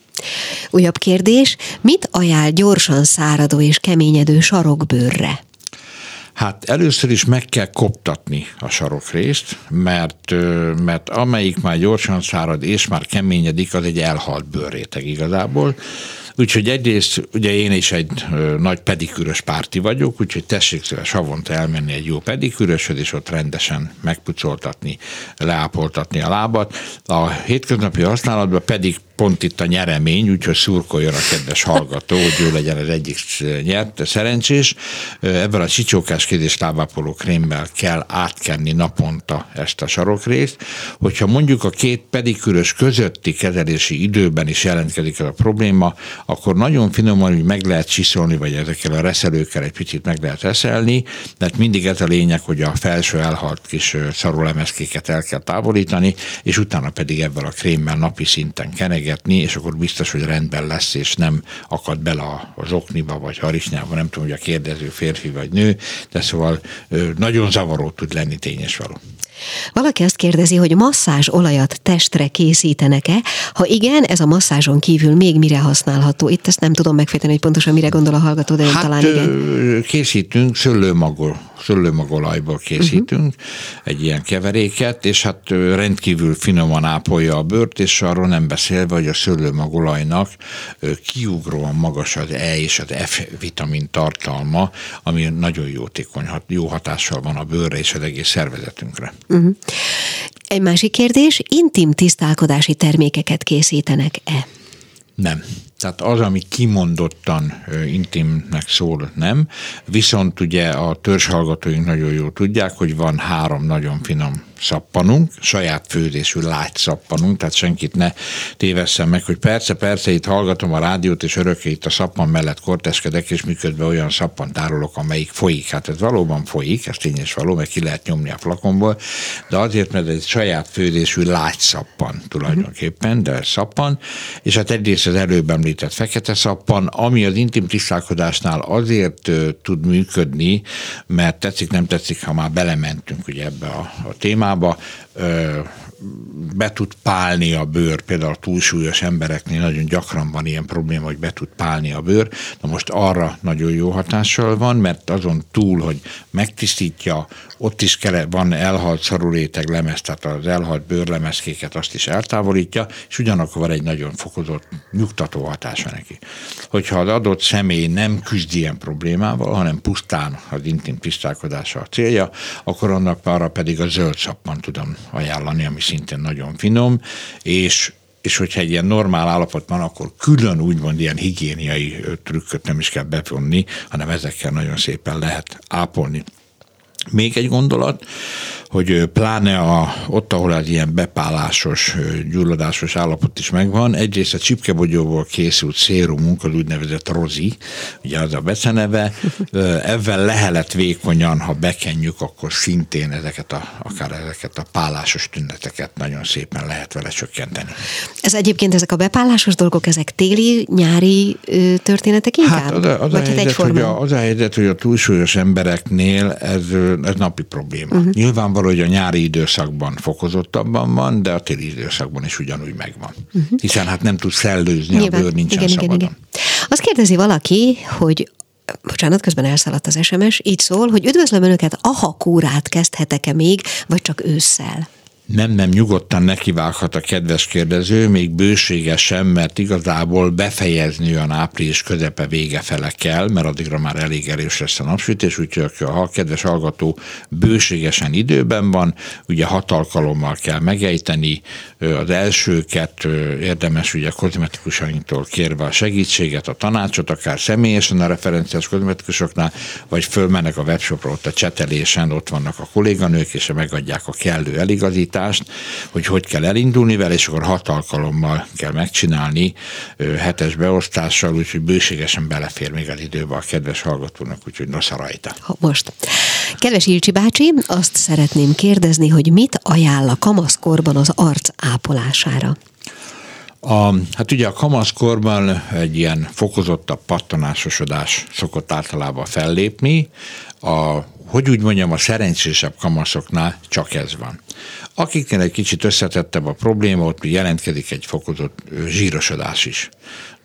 Újabb kérdés, mit ajánl gyorsan száradó és keményedő sarokbőrre? Hát először is meg kell koptatni a sarokrészt, mert amelyik már gyorsan szárad és már keményedik, az egy elhalt bőrréteg igazából. Úgyhogy egyrészt ugye én is egy nagy pedikűrös párti vagyok, úgyhogy tessék szíves havonta elmenni egy jó pedikűröshöz, és ott rendesen megpucoltatni, leápoltatni a lábat. A hétköznapi használatban pedig pont itt a nyeremény, úgyhogy szurkoljon a kedves hallgató, hogy ő legyen az egyik nyert, szerencsés. Ebben a csicsókás kéz- és lábápoló krémmel kell átkenni naponta ezt a sarokrészt. Hogyha mondjuk a két pedikűrös közötti kezelési időben is jelentkezik ez a probléma, akkor nagyon finoman úgy meg lehet csiszolni, vagy ezekkel a reszelőkkel egy picit meg lehet reszelni, mert mindig ez a lényeg, hogy a felső elhalt kis szarólemezkéket el kell távolítani, és utána pedig ebben a krémmel napi szinten kenegetni, és akkor biztos, hogy rendben lesz, és nem akad bele az okniba, vagy harisnyába, nem tudom, hogy a kérdező férfi vagy nő, de szóval nagyon zavaró tud lenni, tény és való. Valaki azt kérdezi, hogy masszázs olajat testre készítenek-e? Ha igen, ez a masszázson kívül még mire használható? Itt ezt nem tudom megfejteni, hogy pontosan mire gondol a hallgató, de talán igen. Készítünk, szőlőmagolajból készítünk egy ilyen keveréket, és hát rendkívül finoman ápolja a bőrt, és arról nem beszélve, hogy a szőlőmagolajnak kiugróan magas az E és az F vitamin tartalma, ami nagyon jótékony, jó hatással van a bőrre és az egész szervezetünkre. Uh-huh. Egy másik kérdés, intim tisztálkodási termékeket készítenek-e? Nem. Tehát az, ami kimondottan intimnek szól, nem. Viszont ugye a törzshallgatóink nagyon jól tudják, hogy van 3 nagyon finom szappanunk, saját főzésű lágy szappanunk, tehát senkit ne tévesszem meg, hogy persze itt hallgatom a rádiót, és örökké itt a szappan mellett korteskedek, és miközben olyan szappant árulok, amelyik folyik. Hát ez valóban folyik, ez tény és való, meg ki lehet nyomni a flakonból, de azért, mert ez egy saját főzésű lágy szappan tulajdonképpen, de ez szappan, és hát egyrészt az előbb említett fekete szappan, ami az intim tisztálkodásnál azért tud működni, mert tetszik, nem tetszik, ha már belementünk ugye ebbe a témába, be tud pálni a bőr, például a túlsúlyos embereknél nagyon gyakran van ilyen probléma, hogy be tud pálni a bőr. Na most arra nagyon jó hatással van, mert azon túl, hogy megtisztítja, ott is van elhalt szaruréteg lemez, tehát az elhalt bőrlemezkéket azt is eltávolítja, és ugyanakkor van egy nagyon fokozott nyugtató hatása neki. Hogyha az adott személy nem küzd ilyen problémával, hanem pusztán az intim tisztálkodása a célja, akkor annak arra pedig a zöld szappan tudom ajánlani, ami szintén nagyon finom, és hogyha egy ilyen normál állapot van, akkor külön úgymond ilyen higiéniai trükköt nem is kell bevonni, hanem ezekkel nagyon szépen lehet ápolni. Még egy gondolat, hogy pláne ott, ahol az ilyen bepálásos, gyulladásos állapot is megvan, egyrészt a csipkebogyóból készült szérumunk, az úgynevezett rozi, ugye az a beceneve, ebben lehelet vékonyan, ha bekenjük, akkor szintén akár ezeket a pálásos tüneteket nagyon szépen lehet vele csökkenteni. Ez egyébként ezek a bepálásos dolgok, ezek téli, nyári történetek inkább? Hát az a helyzet, hogy a túlsúlyos embereknél ez napi probléma. Nyilvánvaló, hogy a nyári időszakban fokozottabban van, de a téli időszakban is ugyanúgy megvan. Hiszen hát nem tud szellőzni, nyilván, a bőr nincsen szabadon. Igen. Azt kérdezi valaki, hogy bocsánat, közben elszaladt az SMS, így szól, hogy üdvözlöm Önöket, aha-kúrát kezdhetek-e még, vagy csak ősszel? Nem, nyugodtan nekivághat a kedves kérdező, még bőségesen, mert igazából befejezni olyan április közepe vége fele kell, mert addigra már elég erős lesz a napsütés, úgyhogy ha a kedves hallgató bőségesen időben van, ugye 6 alkalommal kell megejteni, az elsőket érdemes ugye kozmetikusainktól kérve a segítséget, a tanácsot, akár személyesen a referenciás kozmetikusoknál, vagy fölmennek a webshopra, ott a csetelésen, ott vannak a kolléganők, és megadják a kellő eligazítást, hogy kell elindulni vele, és akkor 6 alkalommal kell megcsinálni 7-es beosztással, úgyhogy bőségesen belefér még az időbe a kedves hallgatónak, úgyhogy nosza rajta. Most. Kedves Ilcsi bácsi, azt szeretném kérdezni, hogy mit ajánl a kamaszkorban az arc ápolására? Hát ugye a kamaszkorban egy ilyen fokozottabb pattanásosodás szokott általában fellépni, hogy úgy mondjam, a szerencsésebb kamaszoknál csak ez van. Akiknél egy kicsit összetettebb a probléma, ott jelentkezik egy fokozott zsírosodás is.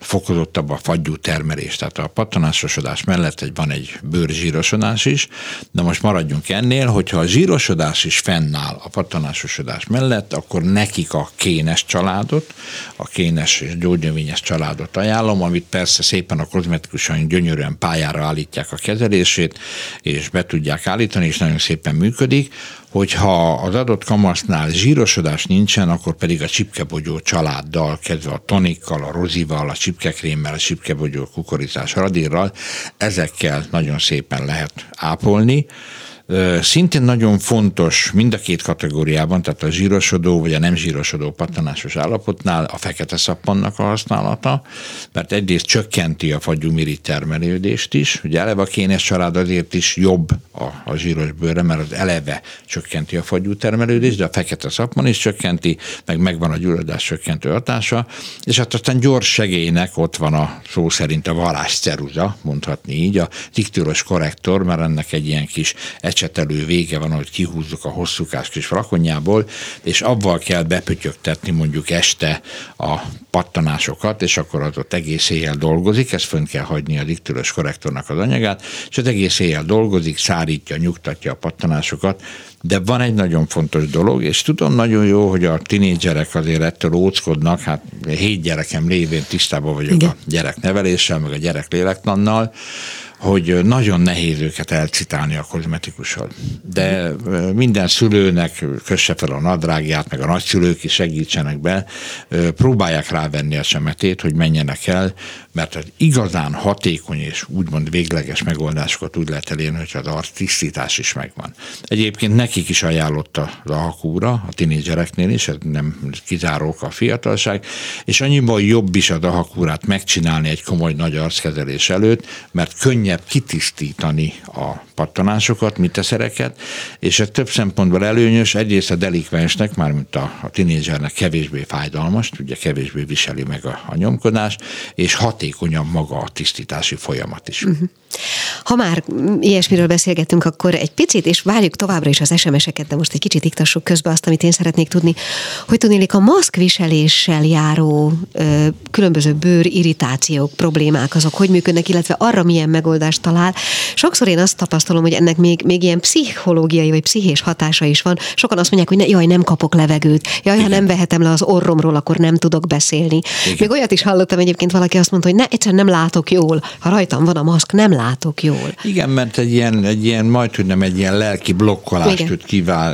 fokozottabb a fagyú termelés. Tehát a pattanásosodás mellett van egy bőrzsírosodás is, de most maradjunk ennél, hogyha a zsírosodás is fennáll a pattanásosodás mellett, akkor nekik a kénes családot, a kénes és gyógynövényes családot ajánlom, amit persze szépen a kozmetikusaink gyönyörűen pályára állítják a kezelését, és be tudják állítani, és nagyon szépen működik. Hogyha az adott kamasznál zsírosodás nincsen, akkor pedig a csipkebogyó családdal, kezdve a tonikkal, a rozival, a csipkekrémmel, a csipkebogyó kukoricás radírral, ezekkel nagyon szépen lehet ápolni. Szintén nagyon fontos mind a két kategóriában, tehát a zsírosodó vagy a nem zsírosodó pattanásos állapotnál a fekete szappannak a használata, mert egyrészt csökkenti a fagyú-mirigy termelődést is, ugye eleve a kénes család azért is jobb a zsíros bőrre, mert az eleve csökkenti a fagyú termelődést, de a fekete szappan is csökkenti, meg megvan a gyulladás csökkentő hatása, és hát aztán gyors segélynek ott van a szó szerint a varázsceruza, mondhatni így, a diktíros korrektor, mert ennek egy ilyen kis ecsetelő vége van, hogy kihúzzuk a hosszúkás kis flakonjából, és avval kell bepötyögtetni mondjuk este a pattanásokat, és akkor az ott egész éjjel dolgozik, ezt fönn kell hagyni a diktíros korrektornak az anyagát, és az egész éjjel dolgozik, szárítja, nyugtatja a pattanásokat, de van egy nagyon fontos dolog, és tudom nagyon jó, hogy a tinédzserek azért ettől óckodnak, hát 7 gyerekem lévén tisztában vagyok igen. A gyerekneveléssel, meg a gyerek lélektannal, hogy nagyon nehéz őket elcitálni a kozmetikussal. De minden szülőnek kösse fel a nadrágját, meg a nagyszülők is segítsenek be, próbálják rávenni a semetét, hogy menjenek el, mert az igazán hatékony és úgymond végleges megoldásokat úgy lehet elérni, hogy az arc tisztítás is megvan. Egyébként nekik is ajánlott az ahakúra, a tinédzsereknél is, ez nem kizárók a fiatalság, és annyiban jobb is az ahakúrát megcsinálni egy komoly nagy arckezelés előtt, mert könnyebb kitisztítani a pattanásokat, miteszereket, és ez több szempontból előnyös, egyrészt a delikvensnek, mármint a tinédzsernek kevésbé fájdalmas, ugye kevésbé viseli meg a nyomkodást, és hatékonyabb maga a tisztítási folyamat is. Uh-huh. Ha már ilyesmiről beszélgetünk, akkor egy picit, és várjuk továbbra is az SMS-eket, de most egy kicsit iktassuk közbe azt, amit én szeretnék tudni, hogy tudnélik a maszkviseléssel járó különböző bőrirritációk, problémák, azok hogy működnek, illetve arra milyen megoldást talál. Sokszor én azt tapasztalom, hogy ennek még ilyen pszichológiai vagy pszichés hatása is van. Sokan azt mondják, hogy jaj, nem kapok levegőt, jaj, ha nem vehetem le az orromról, akkor nem tudok beszélni. Igen. Még olyat is hallottam egyébként, valaki azt mondta, hogy egyszerűen nem látok jól, ha rajtam van a maszk, nem látok jól. Igen, mert egy ilyen majdnem egy ilyen lelki blokkolást tud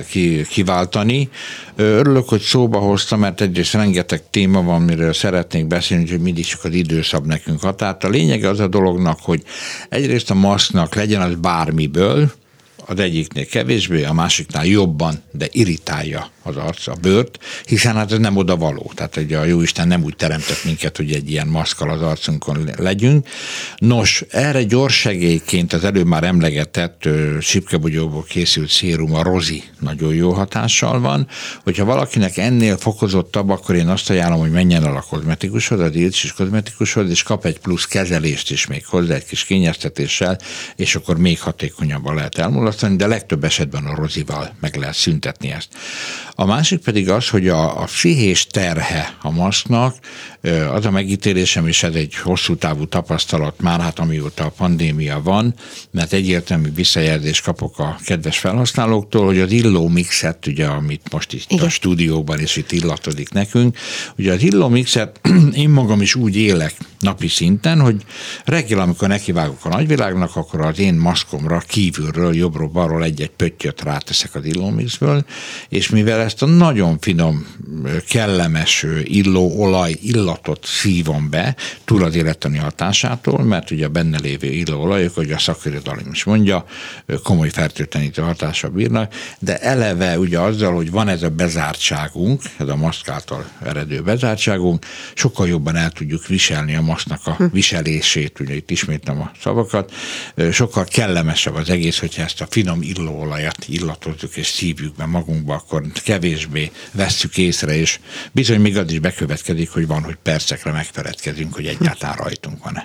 kiváltani. Örülök, hogy szóba hoztam, mert egyrészt rengeteg téma van, miről szeretnék beszélni, hogy mindig csak az idő szab nekünk határt. A lényege az a dolognak, hogy egyrészt a maszknak legyen az bármiből, az egyiknél kevésbé, a másiknál jobban, de irritálja az arc, a bőrt, hiszen hát ez nem oda való. Tehát hogy a Jóisten nem úgy teremtett minket, hogy egy ilyen maszkkal az arcunkon legyünk. Nos, erre gyors segélyként az előbb már emlegetett csipkebogyóból készült szérum, a rozi nagyon jó hatással van. Hogyha valakinek ennél fokozottabb, akkor én azt ajánlom, hogy menjen el a kozmetikushoz, az ilcsis kozmetikushoz, és kap egy plusz kezelést is még hozzá, egy kis kényeztetéssel, és akkor még hatékonyabban lehet elmulasztani, de legtöbb esetben a rozival meg lehet szüntetni ezt. A másik pedig az, hogy a pszichés terhe a maszknak, az a megítélésem, és ez egy hosszú távú tapasztalat már, hát amióta a pandémia van, mert egyértelmű visszajelzést kapok a kedves felhasználóktól, hogy az illómixet, ugye, amit most itt igen. A stúdióban is itt illatodik nekünk, ugye az illómixet én magam is úgy élek napi szinten, hogy reggel, amikor nekivágok a nagyvilágnak, akkor az én maszkomra kívülről, jobbról-balról egy-egy pöttyöt ráteszek az illómixből, és mivel ezt a nagyon finom, kellemes illóolaj illatot szívom be, túl az élettani hatásától, mert ugye a benne lévő illóolajok, hogy a szakirodalom is mondja, komoly fertőtlenítő hatással bírnak, de eleve ugye azzal, hogy van ez a bezártságunk, ez a maszk által eredő bezártságunk, sokkal jobban el tudjuk viselni a maszknak a viselését, ugye itt ismétlem a szavakat, sokkal kellemesebb az egész, hogyha ezt a finom illóolajat illatozzuk és szívjuk be magunkba, akkor kevésbé vesszük észre, és bizony még az is bekövetkezik, hogy van, hogy percekre megfeledkezünk, hogy egyáltalán rajtunk van-e.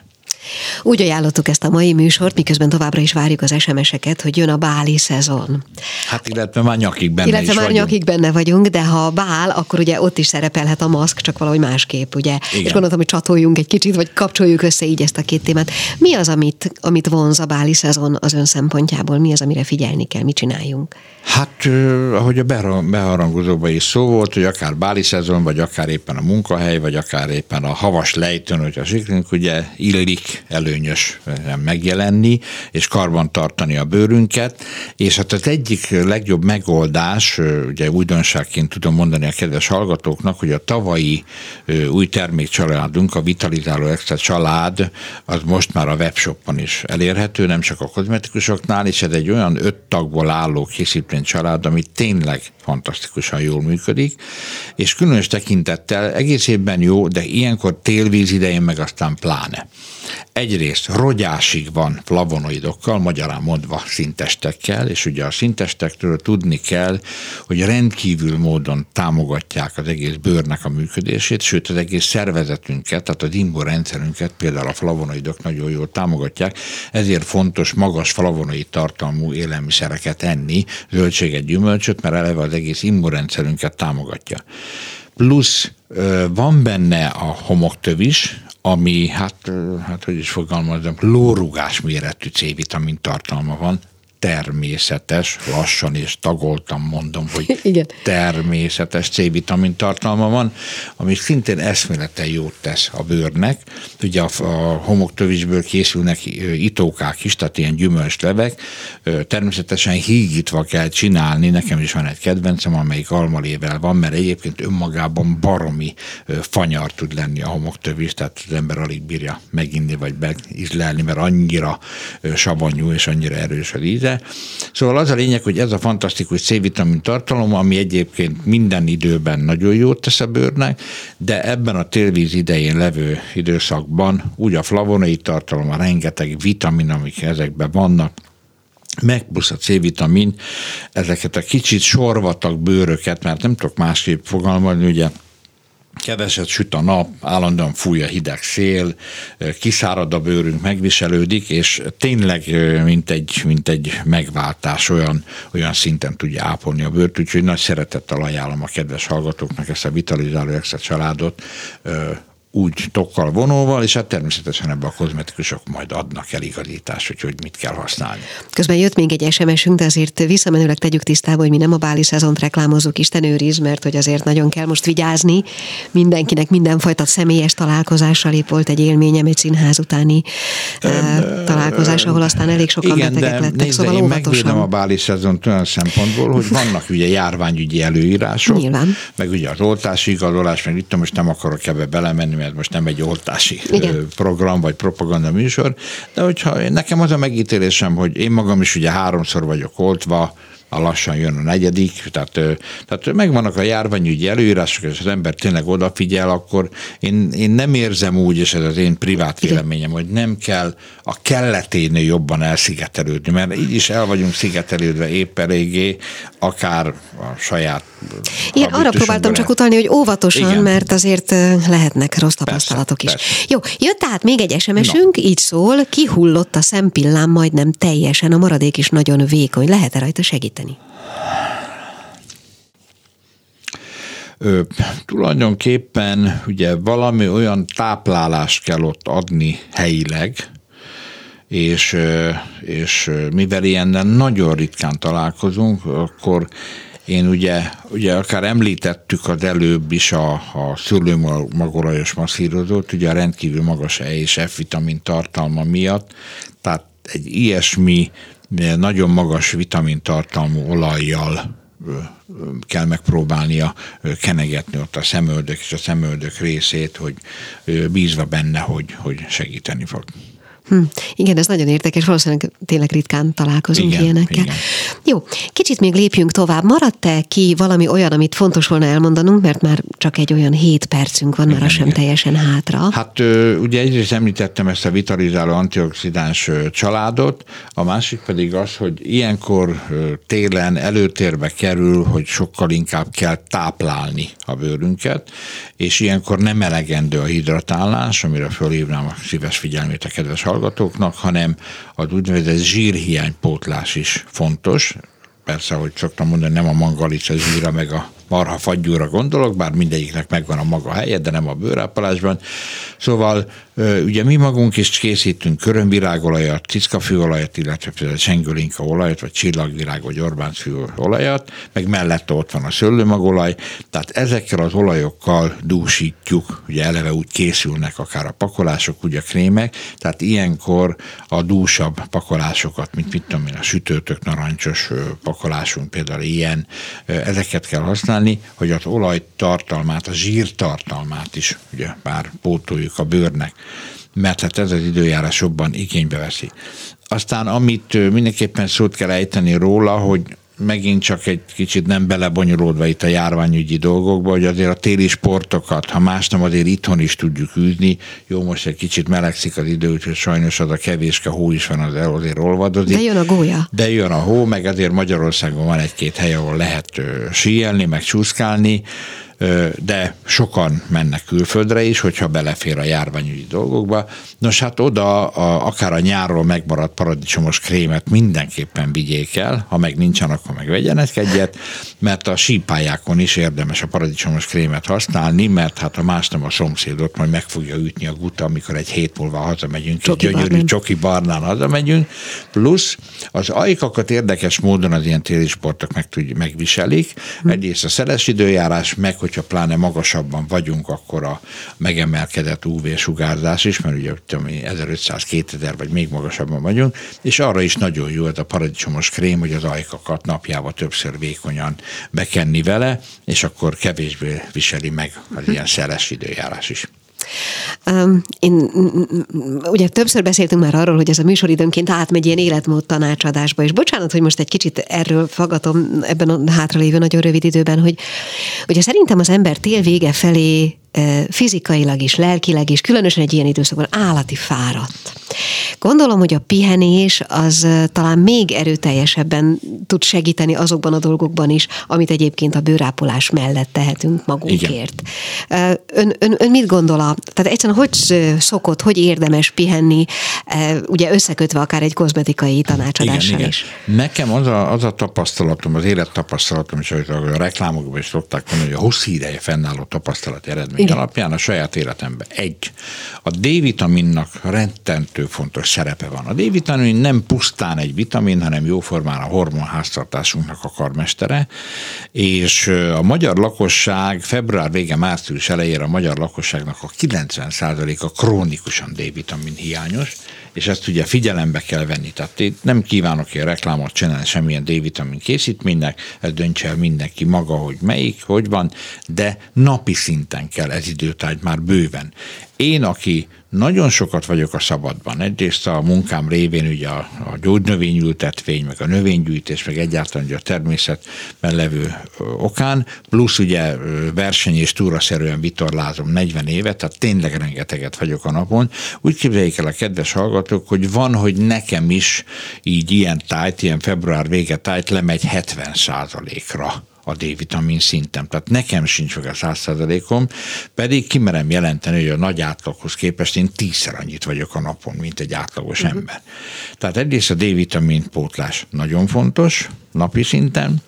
Úgy ajánlottuk ezt a mai műsort, miközben továbbra is várjuk az SMS-eket, hogy jön a báli szezon. Hát illetve már nyakig benne illetve is már vagyunk. nyakig benne vagyunk, de ha bál, akkor ugye ott is szerepelhet a maszk, csak valahogy másképp, ugye? Igen. És gondoltam, hogy csatoljunk egy kicsit, vagy kapcsoljuk össze így ezt a két témát. Mi az, amit vonz a báli szezon az ön szempontjából? Mi az, amire figyelni kell? Mit csináljunk? Hát, ahogy a beharangozóban is szó volt, hogy akár báli szezon, vagy akár éppen a munkahely, vagy akár éppen a havas lejtőn, hogy a siklünk, ugye illik előnyös megjelenni, és karban tartani a bőrünket, és hát az egyik legjobb megoldás, ugye újdonságként tudom mondani a kedves hallgatóknak, hogy a tavalyi új termékcsaládunk, a Vitalizáló Extra család, az most már a webshopon is elérhető, nem csak a kozmetikusoknál, és ez egy olyan 5 tagból álló készítménycsalád, ami tényleg fantasztikusan jól működik, és különös tekintettel egész évben jó, de ilyenkor télvíz idején meg aztán pláne. Egyrészt rogyásig van flavonoidokkal, magyarán mondva színtestekkel, és ugye a színtestektől tudni kell, hogy rendkívül módon támogatják az egész bőrnek a működését, sőt az egész szervezetünket, tehát az immunrendszerünket például a flavonoidok nagyon jól támogatják, ezért fontos magas flavonoid tartalmú élelmiszereket enni, zöldséget, gyümölcsöt, mert eleve az egész immunrendszerünket támogatja. Plusz van benne a homoktöv is, ami, hát hogy is fogalmazom, lórugás méretű C-vitamin tartalma van, természetes, lassan és tagoltan mondom, hogy Igen. Természetes C-vitamin tartalma van, ami szintén eszméleten jót tesz a bőrnek. Ugye a homoktövisből készülnek itókák is, tehát ilyen gyümölcslevek. Természetesen hígítva kell csinálni, nekem is van egy kedvencem, amelyik almalével van, mert egyébként önmagában baromi fanyar tud lenni a homoktövis, tehát az ember alig bírja meginni vagy beízlelni, mert annyira savanyú és annyira erős az íze. Szóval az a lényeg, hogy ez a fantasztikus C-vitamin tartalom, ami egyébként minden időben nagyon jót tesz a bőrnek, de ebben a télvíz idején levő időszakban úgy a flavonoid tartalom, a rengeteg vitamin, amik ezekben vannak, meg plusz a C-vitamin, ezeket a kicsit sorvatag bőröket, mert nem tudok másképp fogalmazni, ugye keveset süt a nap, állandóan fúj a hideg szél, kiszárad a bőrünk, megviselődik, és tényleg mint egy megváltás olyan szinten tudja ápolni a bőrt, úgyhogy nagy szeretettel ajánlom a kedves hallgatóknak ezt a Vitalizáló Extra családot, úgy tokkal vonóval, és hát természetesen ebben a kozmetikusok majd adnak el igazítást, hogy mit kell használni. Közben jött még egy SMS-ünk, de azért visszamenőleg tegyük tisztába, hogy mi nem a báli szezont reklámozzuk, Isten őriz, mert hogy azért nagyon kell most vigyázni. Mindenkinek mindenfajta személyes találkozással, épp volt egy élményem, egy színház utáni találkozás, ahol aztán elég sokan betegek lettek, nézze, szóval én óvatosan. megvédem a báli szezont olyan szempontból, hogy vannak ugye járványügyi előírások, Nyilván. meg ugye az oltási igazolás, meg itt most nem akarok ebbe belemenni, mert most nem egy oltási program vagy propaganda műsor, de hogyha nekem az a megítélésem, hogy én magam is ugye 3-szor vagyok oltva, lassan jön a 4., tehát megvannak a járványügyi előírások, és az ember tényleg odafigyel, akkor én nem érzem úgy, és ez az én privát véleményem, hogy nem kell a kelleténél jobban elszigetelődni, mert így is el vagyunk szigetelődve épp eléggé, akár a saját igen, arra próbáltam csak utalni, hogy óvatosan, igen, mert azért lehetnek rossz tapasztalatok is. Persze. Jó, jött tehát még egy SMS-ünk, így szól, kihullott a szempillám majdnem teljesen, a maradék is nagyon vékony. Lehet-e rajta segíteni? Tulajdonképpen ugye valami olyan táplálást kell ott adni helyileg, és mivel ilyennel nagyon ritkán találkozunk, akkor én ugye akár említettük az előbb is a szőlőmagolajos masszírozót, ugye a rendkívül magas E és F-vitamin tartalma miatt, tehát egy ilyesmi nagyon magas vitamintartalmú olajjal kell megpróbálnia kenegetni ott a szemöldök és a szemöldök részét, hogy bízva benne, hogy segíteni fog. Igen, ez nagyon érdekes, valószínűleg tényleg ritkán találkozunk ilyenekkel. Igen. Jó, kicsit még lépjünk tovább. Maradt-e ki valami olyan, amit fontos volna elmondanunk, mert már csak egy olyan 7 percünk van, már sem teljesen hátra. Hát ugye egyrészt említettem ezt a vitalizáló antioxidáns családot, a másik pedig az, hogy ilyenkor télen előtérbe kerül, hogy sokkal inkább kell táplálni a bőrünket, és ilyenkor nem elegendő a hidratálás, amire fölhívnám a szíves figyelmét a kedves hallgatóknak, hanem az úgynevezett zsírhiánypótlás is fontos. Persze, ahogy szoktam mondani, nem a mangalica zsíra meg a marha fagyúra gondolok, bár mindegyiknek megvan a maga helye, de nem a bőrápolásban. Szóval ugye mi magunk is készítünk körömvirágolajat, cickafűolajat, illetve például csengőlinka olajat, vagy csillagvirág, vagy orbáncfű olajat, meg mellette ott van a szőlőmagolaj, tehát ezekkel az olajokkal dúsítjuk, ugye eleve úgy készülnek akár a pakolások, ugye a krémek, tehát ilyenkor a dúsabb pakolásokat, mint mit tudom én, a sütőtök narancsos pakolásunk például ilyen, ezeket kell használni, hogy az olajtartalmát, a zsírtartalmát is ugye már pótoljuk a bőrnek, mert hát ez az időjárás jobban igénybe veszi. Aztán amit mindenképpen szót kell ejteni róla, hogy megint csak egy kicsit nem belebonyolódva itt a járványügyi dolgokba, hogy azért a téli sportokat, ha más nem, azért itthon is tudjuk űzni. Jó, most egy kicsit melegszik az idő, úgyhogy sajnos az a kevéske hó is van, azért olvadozik. De jön a gólya. De jön a hó, meg azért Magyarországon van egy-két hely, ahol lehet síelni, meg csúszkálni, de sokan mennek külföldre is, hogyha belefér a járványügyi dolgokba. Nos, hát oda akár a nyárról megmaradt paradicsomos krémet mindenképpen vigyék el, ha meg nincsen, akkor meg vegyenek egyet, mert a sípályákon is érdemes a paradicsomos krémet használni, mert hát ha más nem, a szomszédot majd meg fogja ütni a guta, amikor egy hét múlva hazamegyünk, egy gyönyörű csoki barnán hazamegyünk, plusz az ajkakat érdekes módon az ilyen téli sportok megviselik. Egyrészt a szeles időjárás, meg hogyha pláne magasabban vagyunk, akkor a megemelkedett UV-sugárzás is, mert ugye 1500-2000 vagy még magasabban vagyunk, és arra is nagyon jó ez a paradicsomos krém, hogy az ajkakat napjában többször vékonyan bekenni vele, és akkor kevésbé viseli meg az ilyen szeles időjárás is. Ugye többször beszéltünk már arról, hogy ez a műsor időnként átmegy ilyen életmód tanácsadásba, és bocsánat, hogy most egy kicsit erről faggatom ebben a hátralévő nagyon rövid időben, hogy ugye szerintem az ember tél vége felé fizikailag is, lelkileg is, különösen egy ilyen időszakban állati fáradt. Gondolom, hogy a pihenés az talán még erőteljesebben tud segíteni azokban a dolgokban is, amit egyébként a bőrápolás mellett tehetünk magunkért. Ön mit gondol? Tehát egyszerűen hogy szokott, hogy érdemes pihenni, ugye összekötve akár egy kozmetikai tanácsadással is? Nekem az a tapasztalatom, az élettapasztalatom, és ahogy a reklámokban is szokták mondani, hogy a hosszú ideje fennálló tapasztalat eredmény alapján a saját életemben. A D-vitaminnak rettentő fontos szerepe van. A D-vitamin nem pusztán egy vitamin, hanem jóformán a hormonháztartásunknak a karmestere, és a magyar lakosság február vége, március elejére a magyar lakosságnak a 90%-a krónikusan D-vitamin hiányos, és ezt ugye figyelembe kell venni. Tehát nem kívánok ilyen reklámot csinálni semmilyen D-vitamin készítménynek, ez döntse el mindenki maga, hogy melyik, hogy van, de napi szinten kell ez időtájt már bőven. Én, aki nagyon sokat vagyok a szabadban, egyrészt a munkám révén ugye a gyógynövényültetvény, meg a növénygyűjtés, meg egyáltalán ugye a természetben levő okán, plusz ugye verseny és túraszerűen vitorlázom 40 évet, tehát tényleg rengeteget vagyok a napon. Úgy képzeljék el a kedves hallgatók, hogy van, hogy nekem is így ilyen tájt, ilyen február vége tájt lemegy 70%-ra. A D-vitamin szintem. Tehát nekem sincs meg a 100%-om, pedig kimerem jelenteni, hogy a nagy átlaghoz képest én 10-szer annyit vagyok a napon, mint egy átlagos ember. Tehát egyrészt a D-vitamin pótlás nagyon fontos napi szinten.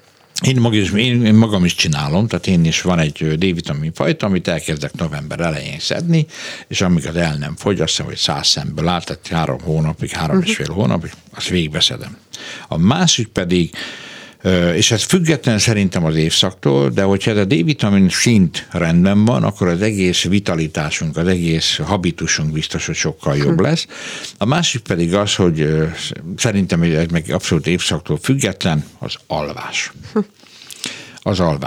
Én magam is csinálom, tehát én is van egy D-vitamin fajta, amit elkezdek november elején szedni, és amíg az el nem fogy, azt hiszem, hogy 100 szemből áll, tehát 3 hónapig, 3,5 hónapig, azt végigbeszedem. A másik pedig, és ez független szerintem az évszaktól, de hogyha ez a D-vitamin szint rendben van, akkor az egész vitalitásunk, az egész habitusunk biztos, hogy sokkal jobb lesz. A másik pedig az, hogy szerintem ez meg abszolút évszaktól független, az alvás. Az alvás.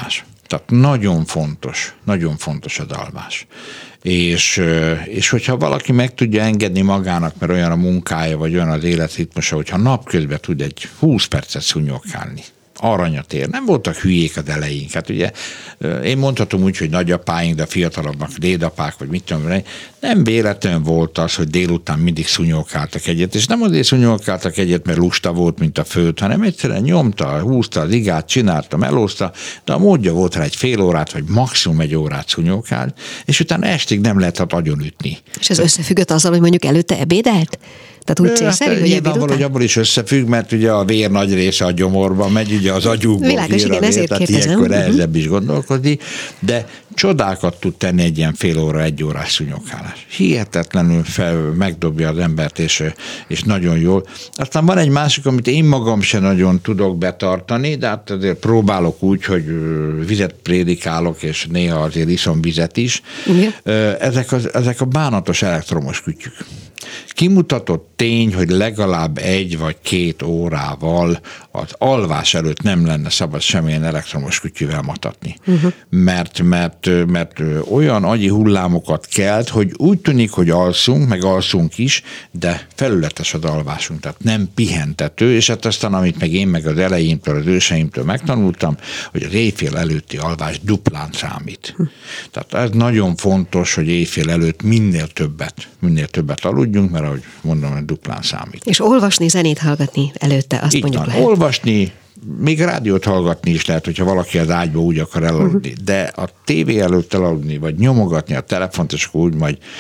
Tehát nagyon fontos az alvás. És hogyha valaki meg tudja engedni magának, mert olyan a munkája, vagy olyan az életritmusa, hogyha napközben tud egy 20 percet szúnyogálni, aranyat ér. Nem voltak hülyék az eleink. Hát ugye én mondhatom úgy, hogy nagyapáink, de fiatalabbak, dédapák, vagy mit tudom, nem véletlen volt az, hogy délután mindig szúnyogáltak egyet, és nem azért szúnyogáltak egyet, mert lusta volt, mint a föld, hanem egyszerűen nyomta, húzta az igát, csinálta, melózta, de a módja volt rá egy fél órát, vagy maximum egy órát szúnyogált, és utána estig nem lehetett agyonütni. És ez összefüggött azzal, hogy mondjuk előtte ebédelt? Tehát úgy célszerű, hogy ebéd után? Abból is összefügg, mert ugye a vér nagy része a gyomorba megy, ugye az agyukból világos, igen, ezért kérdezem. Ilyenkor nehezebb is gondolkodni, de csodákat tud tenni egy ilyen fél óra, egy órás szúnyogálás. Hihetetlenül megdobja az embert, és nagyon jól. Aztán van egy másik, amit én magam sem nagyon tudok betartani, de hát azért próbálok úgy, hogy vizet prédikálok, és néha azért iszom vizet is. Ezek a bánatos elektromos kütyük. Kimutatott tény, hogy legalább 1 vagy 2 órával az alvás előtt nem lenne szabad semmilyen elektromos kütyűvel matatni. Mert olyan agyi hullámokat kelt, hogy úgy tűnik, hogy alszunk, meg alszunk is, de felületes az alvásunk, tehát nem pihentető, és hát aztán, amit meg én meg az elejémtől, az őseimtől megtanultam, hogy az éjfél előtti alvás duplán számít. Tehát ez nagyon fontos, hogy éjfél előtt minél többet aludjunk, mert ahogy mondom, hogy duplán számít. És olvasni, zenét hallgatni előtte, azt így mondjuk van, lehet. Olvasni, még rádiót hallgatni is lehet, hogyha valaki az ágyba úgy akar elaludni, de a tévé előtt elaludni, vagy nyomogatni a telefont, és akkor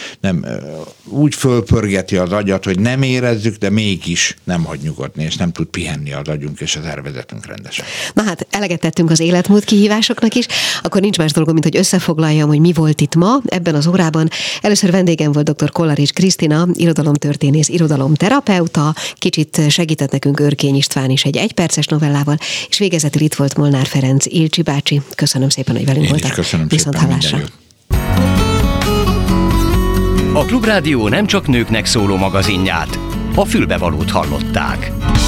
úgy fölpörgeti az agyat, hogy nem érezzük, de mégis nem hagy nyugodni, és nem tud pihenni az agyunk és a szervezetünk rendesen. Na hát, eleget tettünk az életmód kihívásoknak is, akkor nincs más dolgom, mint hogy összefoglaljam, hogy mi volt itt ma ebben az órában. Először vendégem volt dr. Kollarics Krisztina, irodalomtörténész, irodalomterapeuta, kicsit segített nekünk Örkény István is egy egyperces novellával, és végezetül itt volt Molnár Ferenc Ilcsi bácsi. Köszönöm szépen, hogy velünk voltak. Köszönöm Viszont szépen, hallásra. A Klubrádió nem csak nőknek szóló magazinját, a fülbevalót hallották.